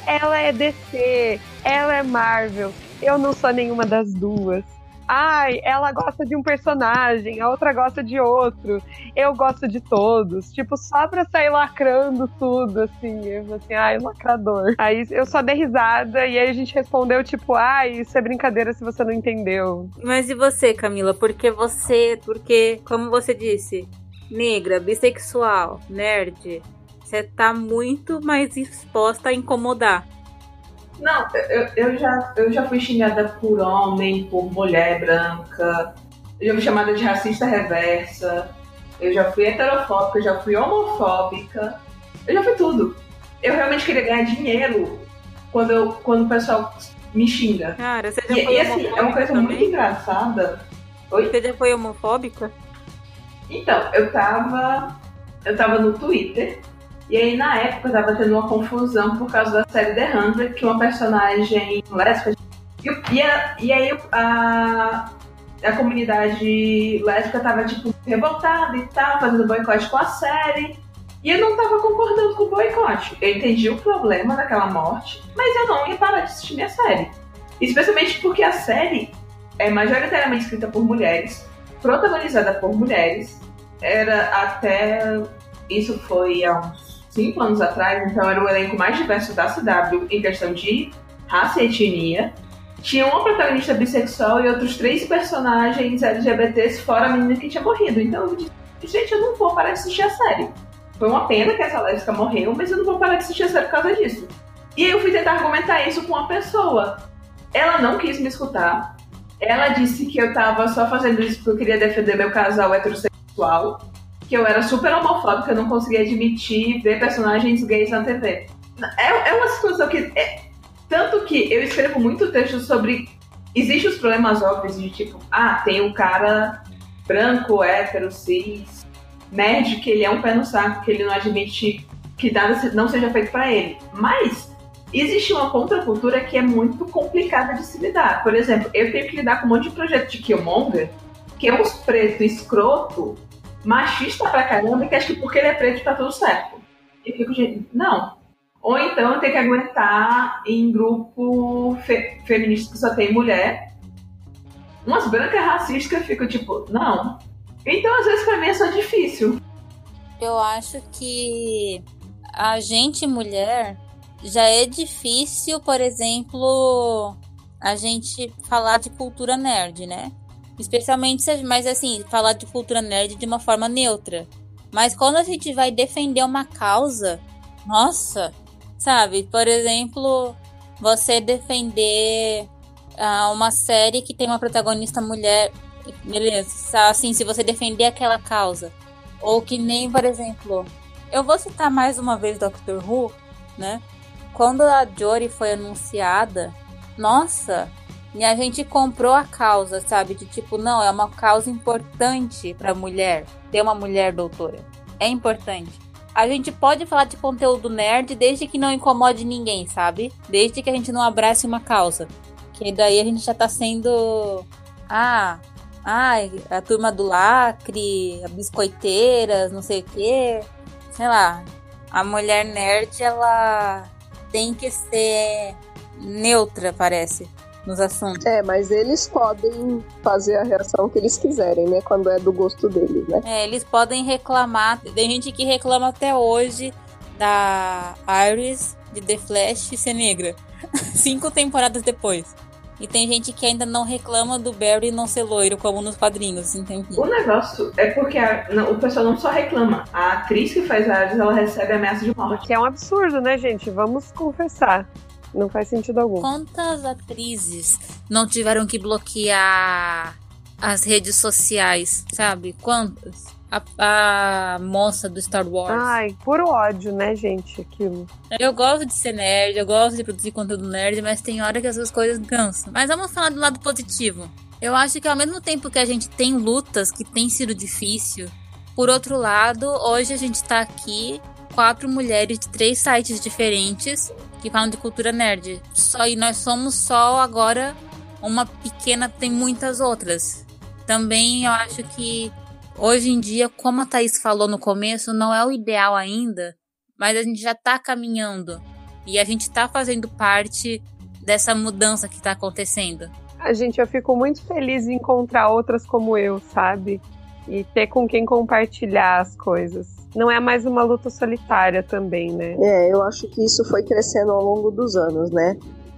S2: ela é DC, ela é Marvel, eu não sou nenhuma das duas. Ai, ela gosta de um personagem, a outra gosta de outro. Eu gosto de todos. Tipo, só pra sair lacrando tudo, assim. Eu falei assim, ai, lacrador. Aí eu só dei risada e aí a gente respondeu, tipo, ai, isso é brincadeira se você não entendeu.
S1: Mas e você, Camila? Porque, como você disse, negra, bissexual, nerd, você tá muito mais exposta a incomodar.
S4: Não, eu já fui xingada por homem, por mulher branca, eu já fui chamada de racista reversa, eu já fui heterofóbica, eu já fui homofóbica, eu já fui tudo. Eu realmente queria ganhar dinheiro quando o pessoal me xinga.
S1: Cara, você já foi homofóbica?
S4: Assim, é uma coisa também? Muito engraçada. Oi?
S1: Você já foi homofóbica?
S4: Então, eu tava no Twitter. E aí, na época, tava tendo uma confusão por causa da série The 100, que uma personagem lésbica... E aí, a comunidade lésbica tava, tipo, revoltada e tal, fazendo boicote com a série. E eu não tava concordando com o boicote. Eu entendi o problema daquela morte, mas eu não ia parar de assistir minha série. Especialmente porque a série é majoritariamente escrita por mulheres, protagonizada por mulheres. Era até... Isso foi há uns 5 anos atrás, então era o elenco mais diverso da CW em questão de raça e etnia. Tinha uma protagonista bissexual e outros 3 personagens LGBTs, fora a menina que tinha morrido. Então eu disse, gente, eu não vou parar de assistir a série. Foi uma pena que essa lésbica morreu, mas eu não vou parar de assistir a série por causa disso. E aí eu fui tentar argumentar isso com uma pessoa. Ela não quis me escutar. Ela disse que eu tava só fazendo isso porque eu queria defender meu casal heterossexual, que eu era super homofóbica, eu não conseguia admitir ver personagens gays na TV. É uma situação que... Tanto que eu escrevo muito texto sobre... Existem os problemas óbvios de tipo... tem um cara branco, hétero, cis, nerd, que ele é um pé no saco, que ele não admite que nada não seja feito pra ele. Mas existe uma contracultura que é muito complicada de se lidar. Por exemplo, eu tenho que lidar com um monte de projeto de Killmonger, que é uns preto escroto, machista pra caramba, que acha que porque ele é preto tá tudo certo. E fico, gente, não. Ou então eu tenho que aguentar em grupo feminista que só tem mulher. Umas brancas racistas que eu fico tipo, não. Então às vezes pra mim é só difícil.
S1: Eu acho que a gente, mulher, já é difícil, por exemplo, a gente falar de cultura nerd, né? Especialmente, mas assim, falar de cultura nerd de uma forma neutra. Mas quando a gente vai defender uma causa, nossa, sabe? Por exemplo, você defender uma série que tem uma protagonista mulher, beleza, assim, se você defender aquela causa. Ou que nem, por exemplo, eu vou citar mais uma vez Doctor Who, né? Quando a Jodie foi anunciada, nossa... E a gente comprou a causa, sabe? De tipo, não, é uma causa importante pra mulher. Ter uma mulher doutora. É importante. A gente pode falar de conteúdo nerd desde que não incomode ninguém, sabe? Desde que a gente não abrace uma causa. Que daí a gente já tá sendo... a turma do lacre, a biscoiteiras, não sei o quê. Sei lá. A mulher nerd, ela tem que ser neutra, parece. Nos assuntos.
S3: Mas eles podem fazer a reação que eles quiserem, né? Quando é do gosto deles, né?
S1: Eles podem reclamar. Tem gente que reclama até hoje da Iris de The Flash ser negra. 5 temporadas depois. E tem gente que ainda não reclama do Barry não ser loiro, como nos quadrinhos, entende?
S4: O negócio é porque o pessoal não só reclama. A atriz que faz a Iris, ela recebe ameaça de morte.
S2: Que é um absurdo, né, gente? Vamos confessar. Não faz sentido algum.
S1: Quantas atrizes não tiveram que bloquear as redes sociais, sabe? Quantas? A moça do Star Wars.
S2: Ai, puro ódio, né, gente? Aquilo.
S1: Eu gosto de ser nerd, eu gosto de produzir conteúdo nerd, mas tem hora que essas coisas cansam. Mas vamos falar do lado positivo. Eu acho que ao mesmo tempo que a gente tem lutas que tem sido difícil, por outro lado, hoje a gente tá aqui, 4 mulheres de 3 sites diferentes que falam de cultura nerd. E nós somos só agora uma pequena, tem muitas outras. Também eu acho que hoje em dia, como a Thaís falou no começo, não é o ideal ainda, mas a gente já tá caminhando E a gente tá fazendo parte dessa mudança que tá acontecendo.
S2: Eu fico muito feliz em encontrar outras como eu, sabe? E ter com quem compartilhar as coisas. Não é mais uma luta solitária também, né?
S3: Eu acho que isso foi crescendo ao longo dos anos, né?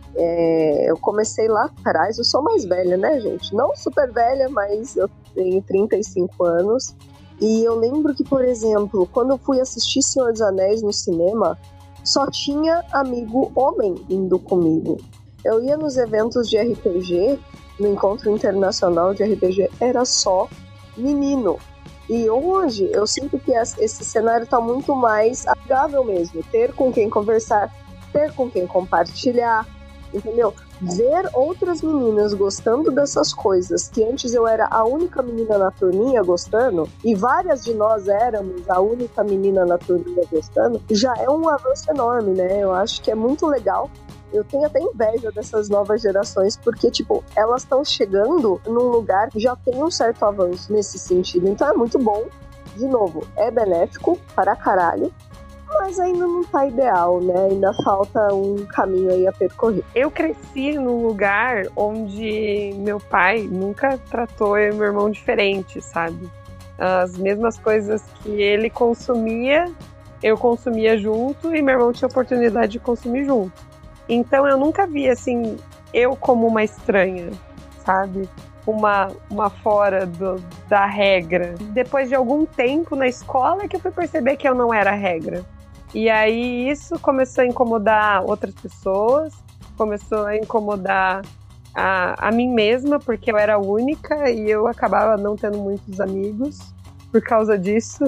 S3: Eu comecei lá atrás, eu sou mais velha, né, gente? Não super velha, mas eu tenho 35 anos. E eu lembro que, por exemplo, quando eu fui assistir Senhor dos Anéis no cinema, só tinha amigo homem indo comigo. Eu ia nos eventos de RPG, no Encontro Internacional de RPG, era só menino. E hoje eu sinto que esse cenário está muito mais amigável mesmo. Ter com quem conversar, ter com quem compartilhar, entendeu? Ver outras meninas gostando dessas coisas, que antes eu era a única menina na turminha gostando, e várias de nós éramos a única menina na turminha gostando, já é um avanço enorme, né? Eu acho que é muito legal. Eu tenho até inveja dessas novas gerações, porque, tipo, elas estão chegando num lugar que já tem um certo avanço nesse sentido. Então é muito bom. De novo, é benéfico para caralho, mas ainda não tá ideal, né? Ainda falta um caminho aí a percorrer.
S2: Eu cresci num lugar onde meu pai nunca tratou eu e meu irmão diferente, sabe? As mesmas coisas que ele consumia, eu consumia junto, e meu irmão tinha oportunidade de consumir junto. Então eu nunca vi, assim, eu como uma estranha, sabe? Uma fora da regra. Depois de algum tempo na escola é que eu fui perceber que eu não era a regra. E aí isso começou a incomodar outras pessoas, começou a incomodar a mim mesma, porque eu era única e eu acabava não tendo muitos amigos por causa disso.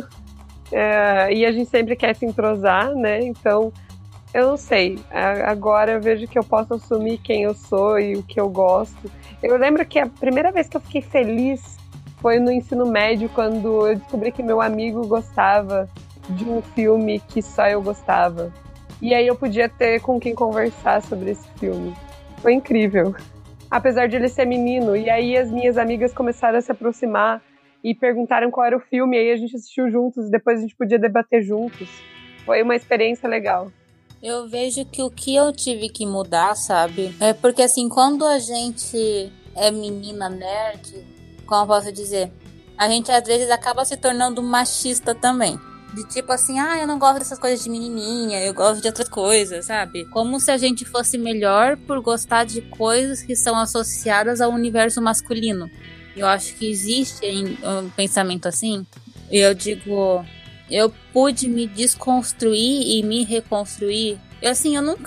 S2: E a gente sempre quer se entrosar, né? Então, eu não sei. Agora eu vejo que eu posso assumir quem eu sou e o que eu gosto. Eu lembro que a primeira vez que eu fiquei feliz foi no ensino médio, quando eu descobri que meu amigo gostava de um filme que só eu gostava. E aí eu podia ter com quem conversar sobre esse filme. Foi incrível. Apesar de ele ser menino. E aí as minhas amigas começaram a se aproximar e perguntaram qual era o filme. E aí a gente assistiu juntos e depois a gente podia debater juntos. Foi uma experiência legal.
S1: Eu vejo que o que eu tive que mudar, sabe? É porque assim, quando a gente é menina nerd, como eu posso dizer, a gente às vezes acaba se tornando machista também. De tipo assim, eu não gosto dessas coisas de menininha, eu gosto de outras coisas, sabe? Como se a gente fosse melhor por gostar de coisas que são associadas ao universo masculino. Eu acho que existe um pensamento assim. E eu digo, eu pude me desconstruir e me reconstruir. Eu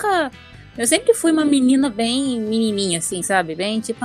S1: sempre fui uma menina bem menininha, assim, sabe? Bem tipo,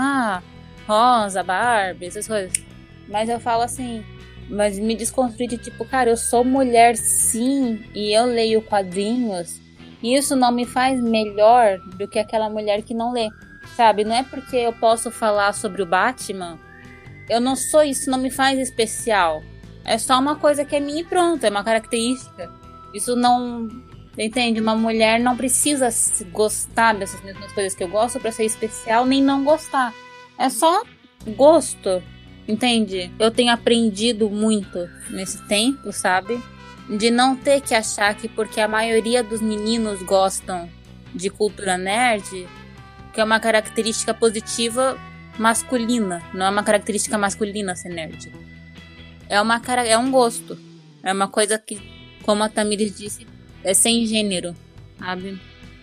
S1: rosa, Barbie, essas coisas. Mas eu falo assim... Mas me desconstruir de tipo, cara, eu sou mulher sim, e eu leio quadrinhos, e isso não me faz melhor do que aquela mulher que não lê, sabe? Não é porque eu posso falar sobre o Batman, eu não sou isso, não me faz especial. É só uma coisa que é minha e pronto, é uma característica. Isso não... Entende? Uma mulher não precisa gostar dessas mesmas coisas que eu gosto pra ser especial, nem não gostar. É só gosto. Entende? Eu tenho aprendido muito nesse tempo, sabe? De não ter que achar que porque a maioria dos meninos gostam de cultura nerd, que é uma característica positiva masculina. Não é uma característica masculina ser nerd. É um gosto. É uma coisa que, como a Tamires disse, é sem gênero, sabe?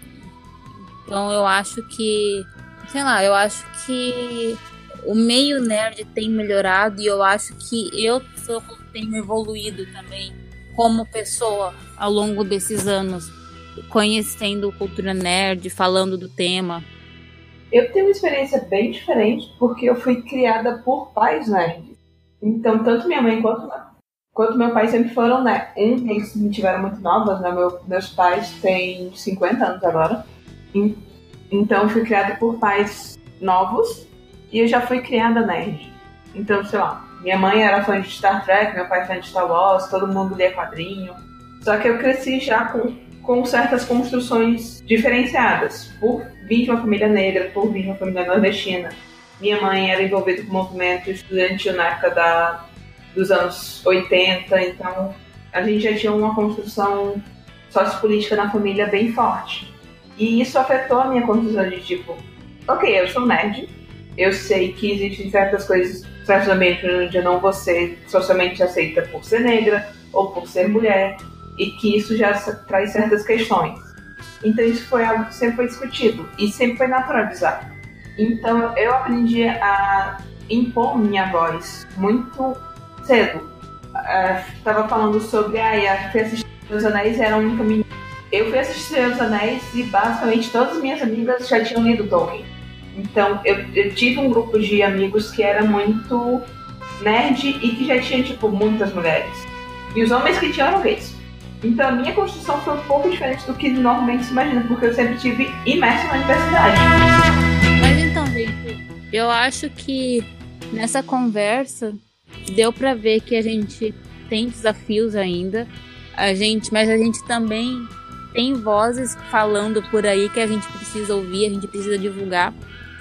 S1: Então eu acho que... eu acho que... O meio nerd tem melhorado e eu acho que eu tenho evoluído também como pessoa ao longo desses anos, conhecendo cultura nerd, falando do tema.
S4: Eu tenho uma experiência bem diferente porque eu fui criada por pais nerds. Então, tanto minha mãe quanto meu pai sempre foram nerds. Eles me tiveram muito novas, né? Meus pais têm 50 anos agora. Então, eu fui criada por pais novos. E eu já fui criada nerd. Então, sei lá, minha mãe era fã de Star Trek, meu pai fã de Star Wars, todo mundo lia quadrinho. Só que eu cresci já com certas construções diferenciadas. Por vir de uma família negra, por vir de uma família nordestina. Minha mãe era envolvida com o movimento estudantil na época dos anos 80. Então, a gente já tinha uma construção sociopolítica na família bem forte. E isso afetou a minha construção de tipo, ok, eu sou nerd, eu sei que existem certas coisas, certos ambientes onde eu não vou ser socialmente aceita por ser negra ou por ser mulher, e que isso já traz certas questões. Então isso foi algo que sempre foi discutido e sempre foi naturalizado. Então eu aprendi a impor minha voz muito cedo. Estava falando sobre, eu fui assistir Os Anéis, era a única menina. Eu fui assistir Os Anéis e basicamente todas as minhas amigas já tinham lido Tolkien. Então eu tive um grupo de amigos que era muito nerd e que já tinha, tipo, muitas mulheres. E os homens que tinham eram gays. Então a minha construção foi um pouco diferente do que normalmente se imagina, porque eu sempre tive imerso na universidade.
S1: Mas então, gente, eu acho que nessa conversa deu pra ver que a gente tem desafios ainda, mas a gente também tem vozes falando por aí que a gente precisa ouvir, a gente precisa divulgar.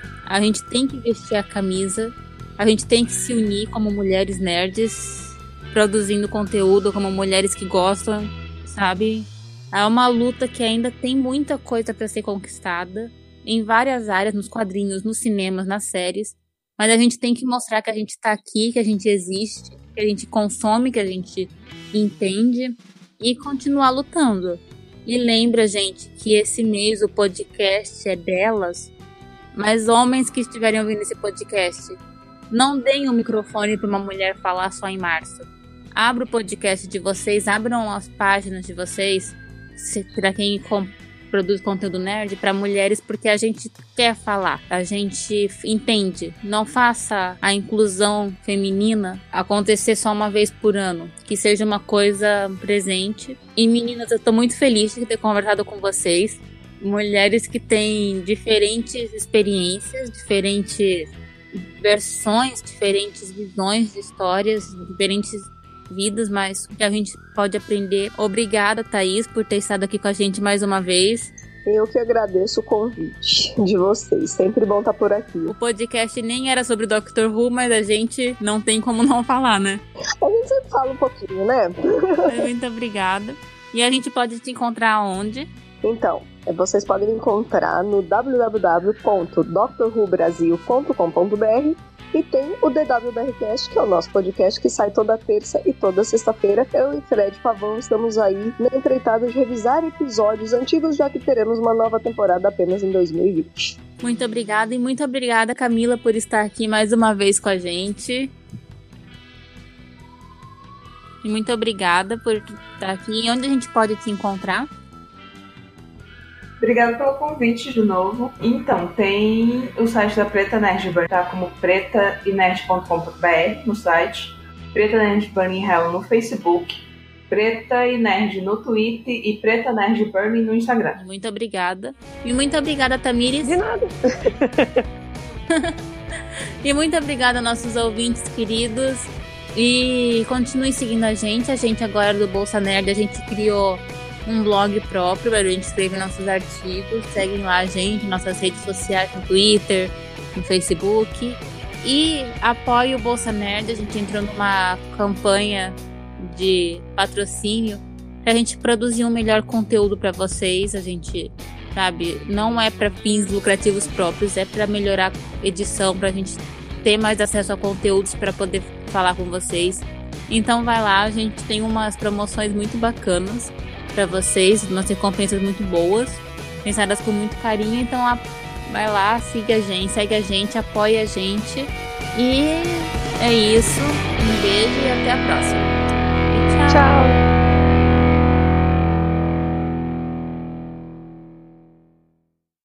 S1: A gente tem que vestir a camisa, a gente tem que se unir como mulheres nerds, produzindo conteúdo como mulheres que gostam, sabe? É uma luta que ainda tem muita coisa para ser conquistada em várias áreas, nos quadrinhos, nos cinemas, nas séries. Mas a gente tem que mostrar que a gente tá aqui, que a gente existe, que a gente consome, que a gente entende e continuar lutando. E lembra, gente, que esse mês o podcast é delas, mas homens que estiverem ouvindo esse podcast, não deem o microfone para uma mulher falar só em março. Abra o podcast de vocês, abram as páginas de vocês, para quem produz conteúdo nerd, para mulheres, porque a gente quer falar, a gente entende. Não faça a inclusão feminina acontecer só uma vez por ano, que seja uma coisa presente. E meninas, eu tô muito feliz de ter conversado com vocês, mulheres que têm diferentes experiências, diferentes versões, diferentes visões de histórias, diferentes vidas, mas que a gente pode aprender. Obrigada, Thaís, por ter estado aqui com a gente mais uma vez.
S3: Eu que agradeço o convite de vocês. Sempre bom estar por aqui.
S1: O podcast nem era sobre Doctor Who, mas a gente não tem como não falar, né?
S3: A gente sempre fala um pouquinho, né?
S1: Muito obrigada. E a gente pode te encontrar onde?
S3: Então, vocês podem me encontrar no www.drwhobrasil.com.br e tem o DWBRcast, que é o nosso podcast que sai toda terça e toda sexta-feira. Eu e Fred Pavão estamos aí na empreitada de revisar episódios antigos, já que teremos uma nova temporada apenas em 2020.
S1: Muito obrigada, e muito obrigada, Camila, por estar aqui mais uma vez com a gente. E muito obrigada por estar aqui. E onde a gente pode te encontrar?
S4: Obrigada pelo convite de novo. Então, tem o site da Preta Nerd Burn, tá? Como pretainerd.com.br no site, Preta Nerd Burning Hell no Facebook, Preta e Nerd no Twitter e Preta Nerd Burning no Instagram.
S1: Muito obrigada. E muito obrigada, Tamires.
S2: De nada.
S1: E muito obrigada, nossos ouvintes queridos. E continue seguindo a gente. A gente agora do Bolsa Nerd, a gente criou um blog próprio, a gente escreve nossos artigos. Seguem lá a gente, nossas redes sociais, no Twitter, no Facebook. E apoie o Bolsa Nerd. A gente entrou numa campanha de patrocínio pra gente produzir um melhor conteúdo pra vocês. A gente, sabe, não é pra fins lucrativos próprios, é pra melhorar a edição, pra gente ter mais acesso a conteúdos pra poder falar com vocês. Então vai lá, a gente tem umas promoções muito bacanas pra vocês, umas recompensas muito boas, pensadas com muito carinho. Então vai lá, segue a gente, apoia a gente. E é isso, um beijo e até a próxima.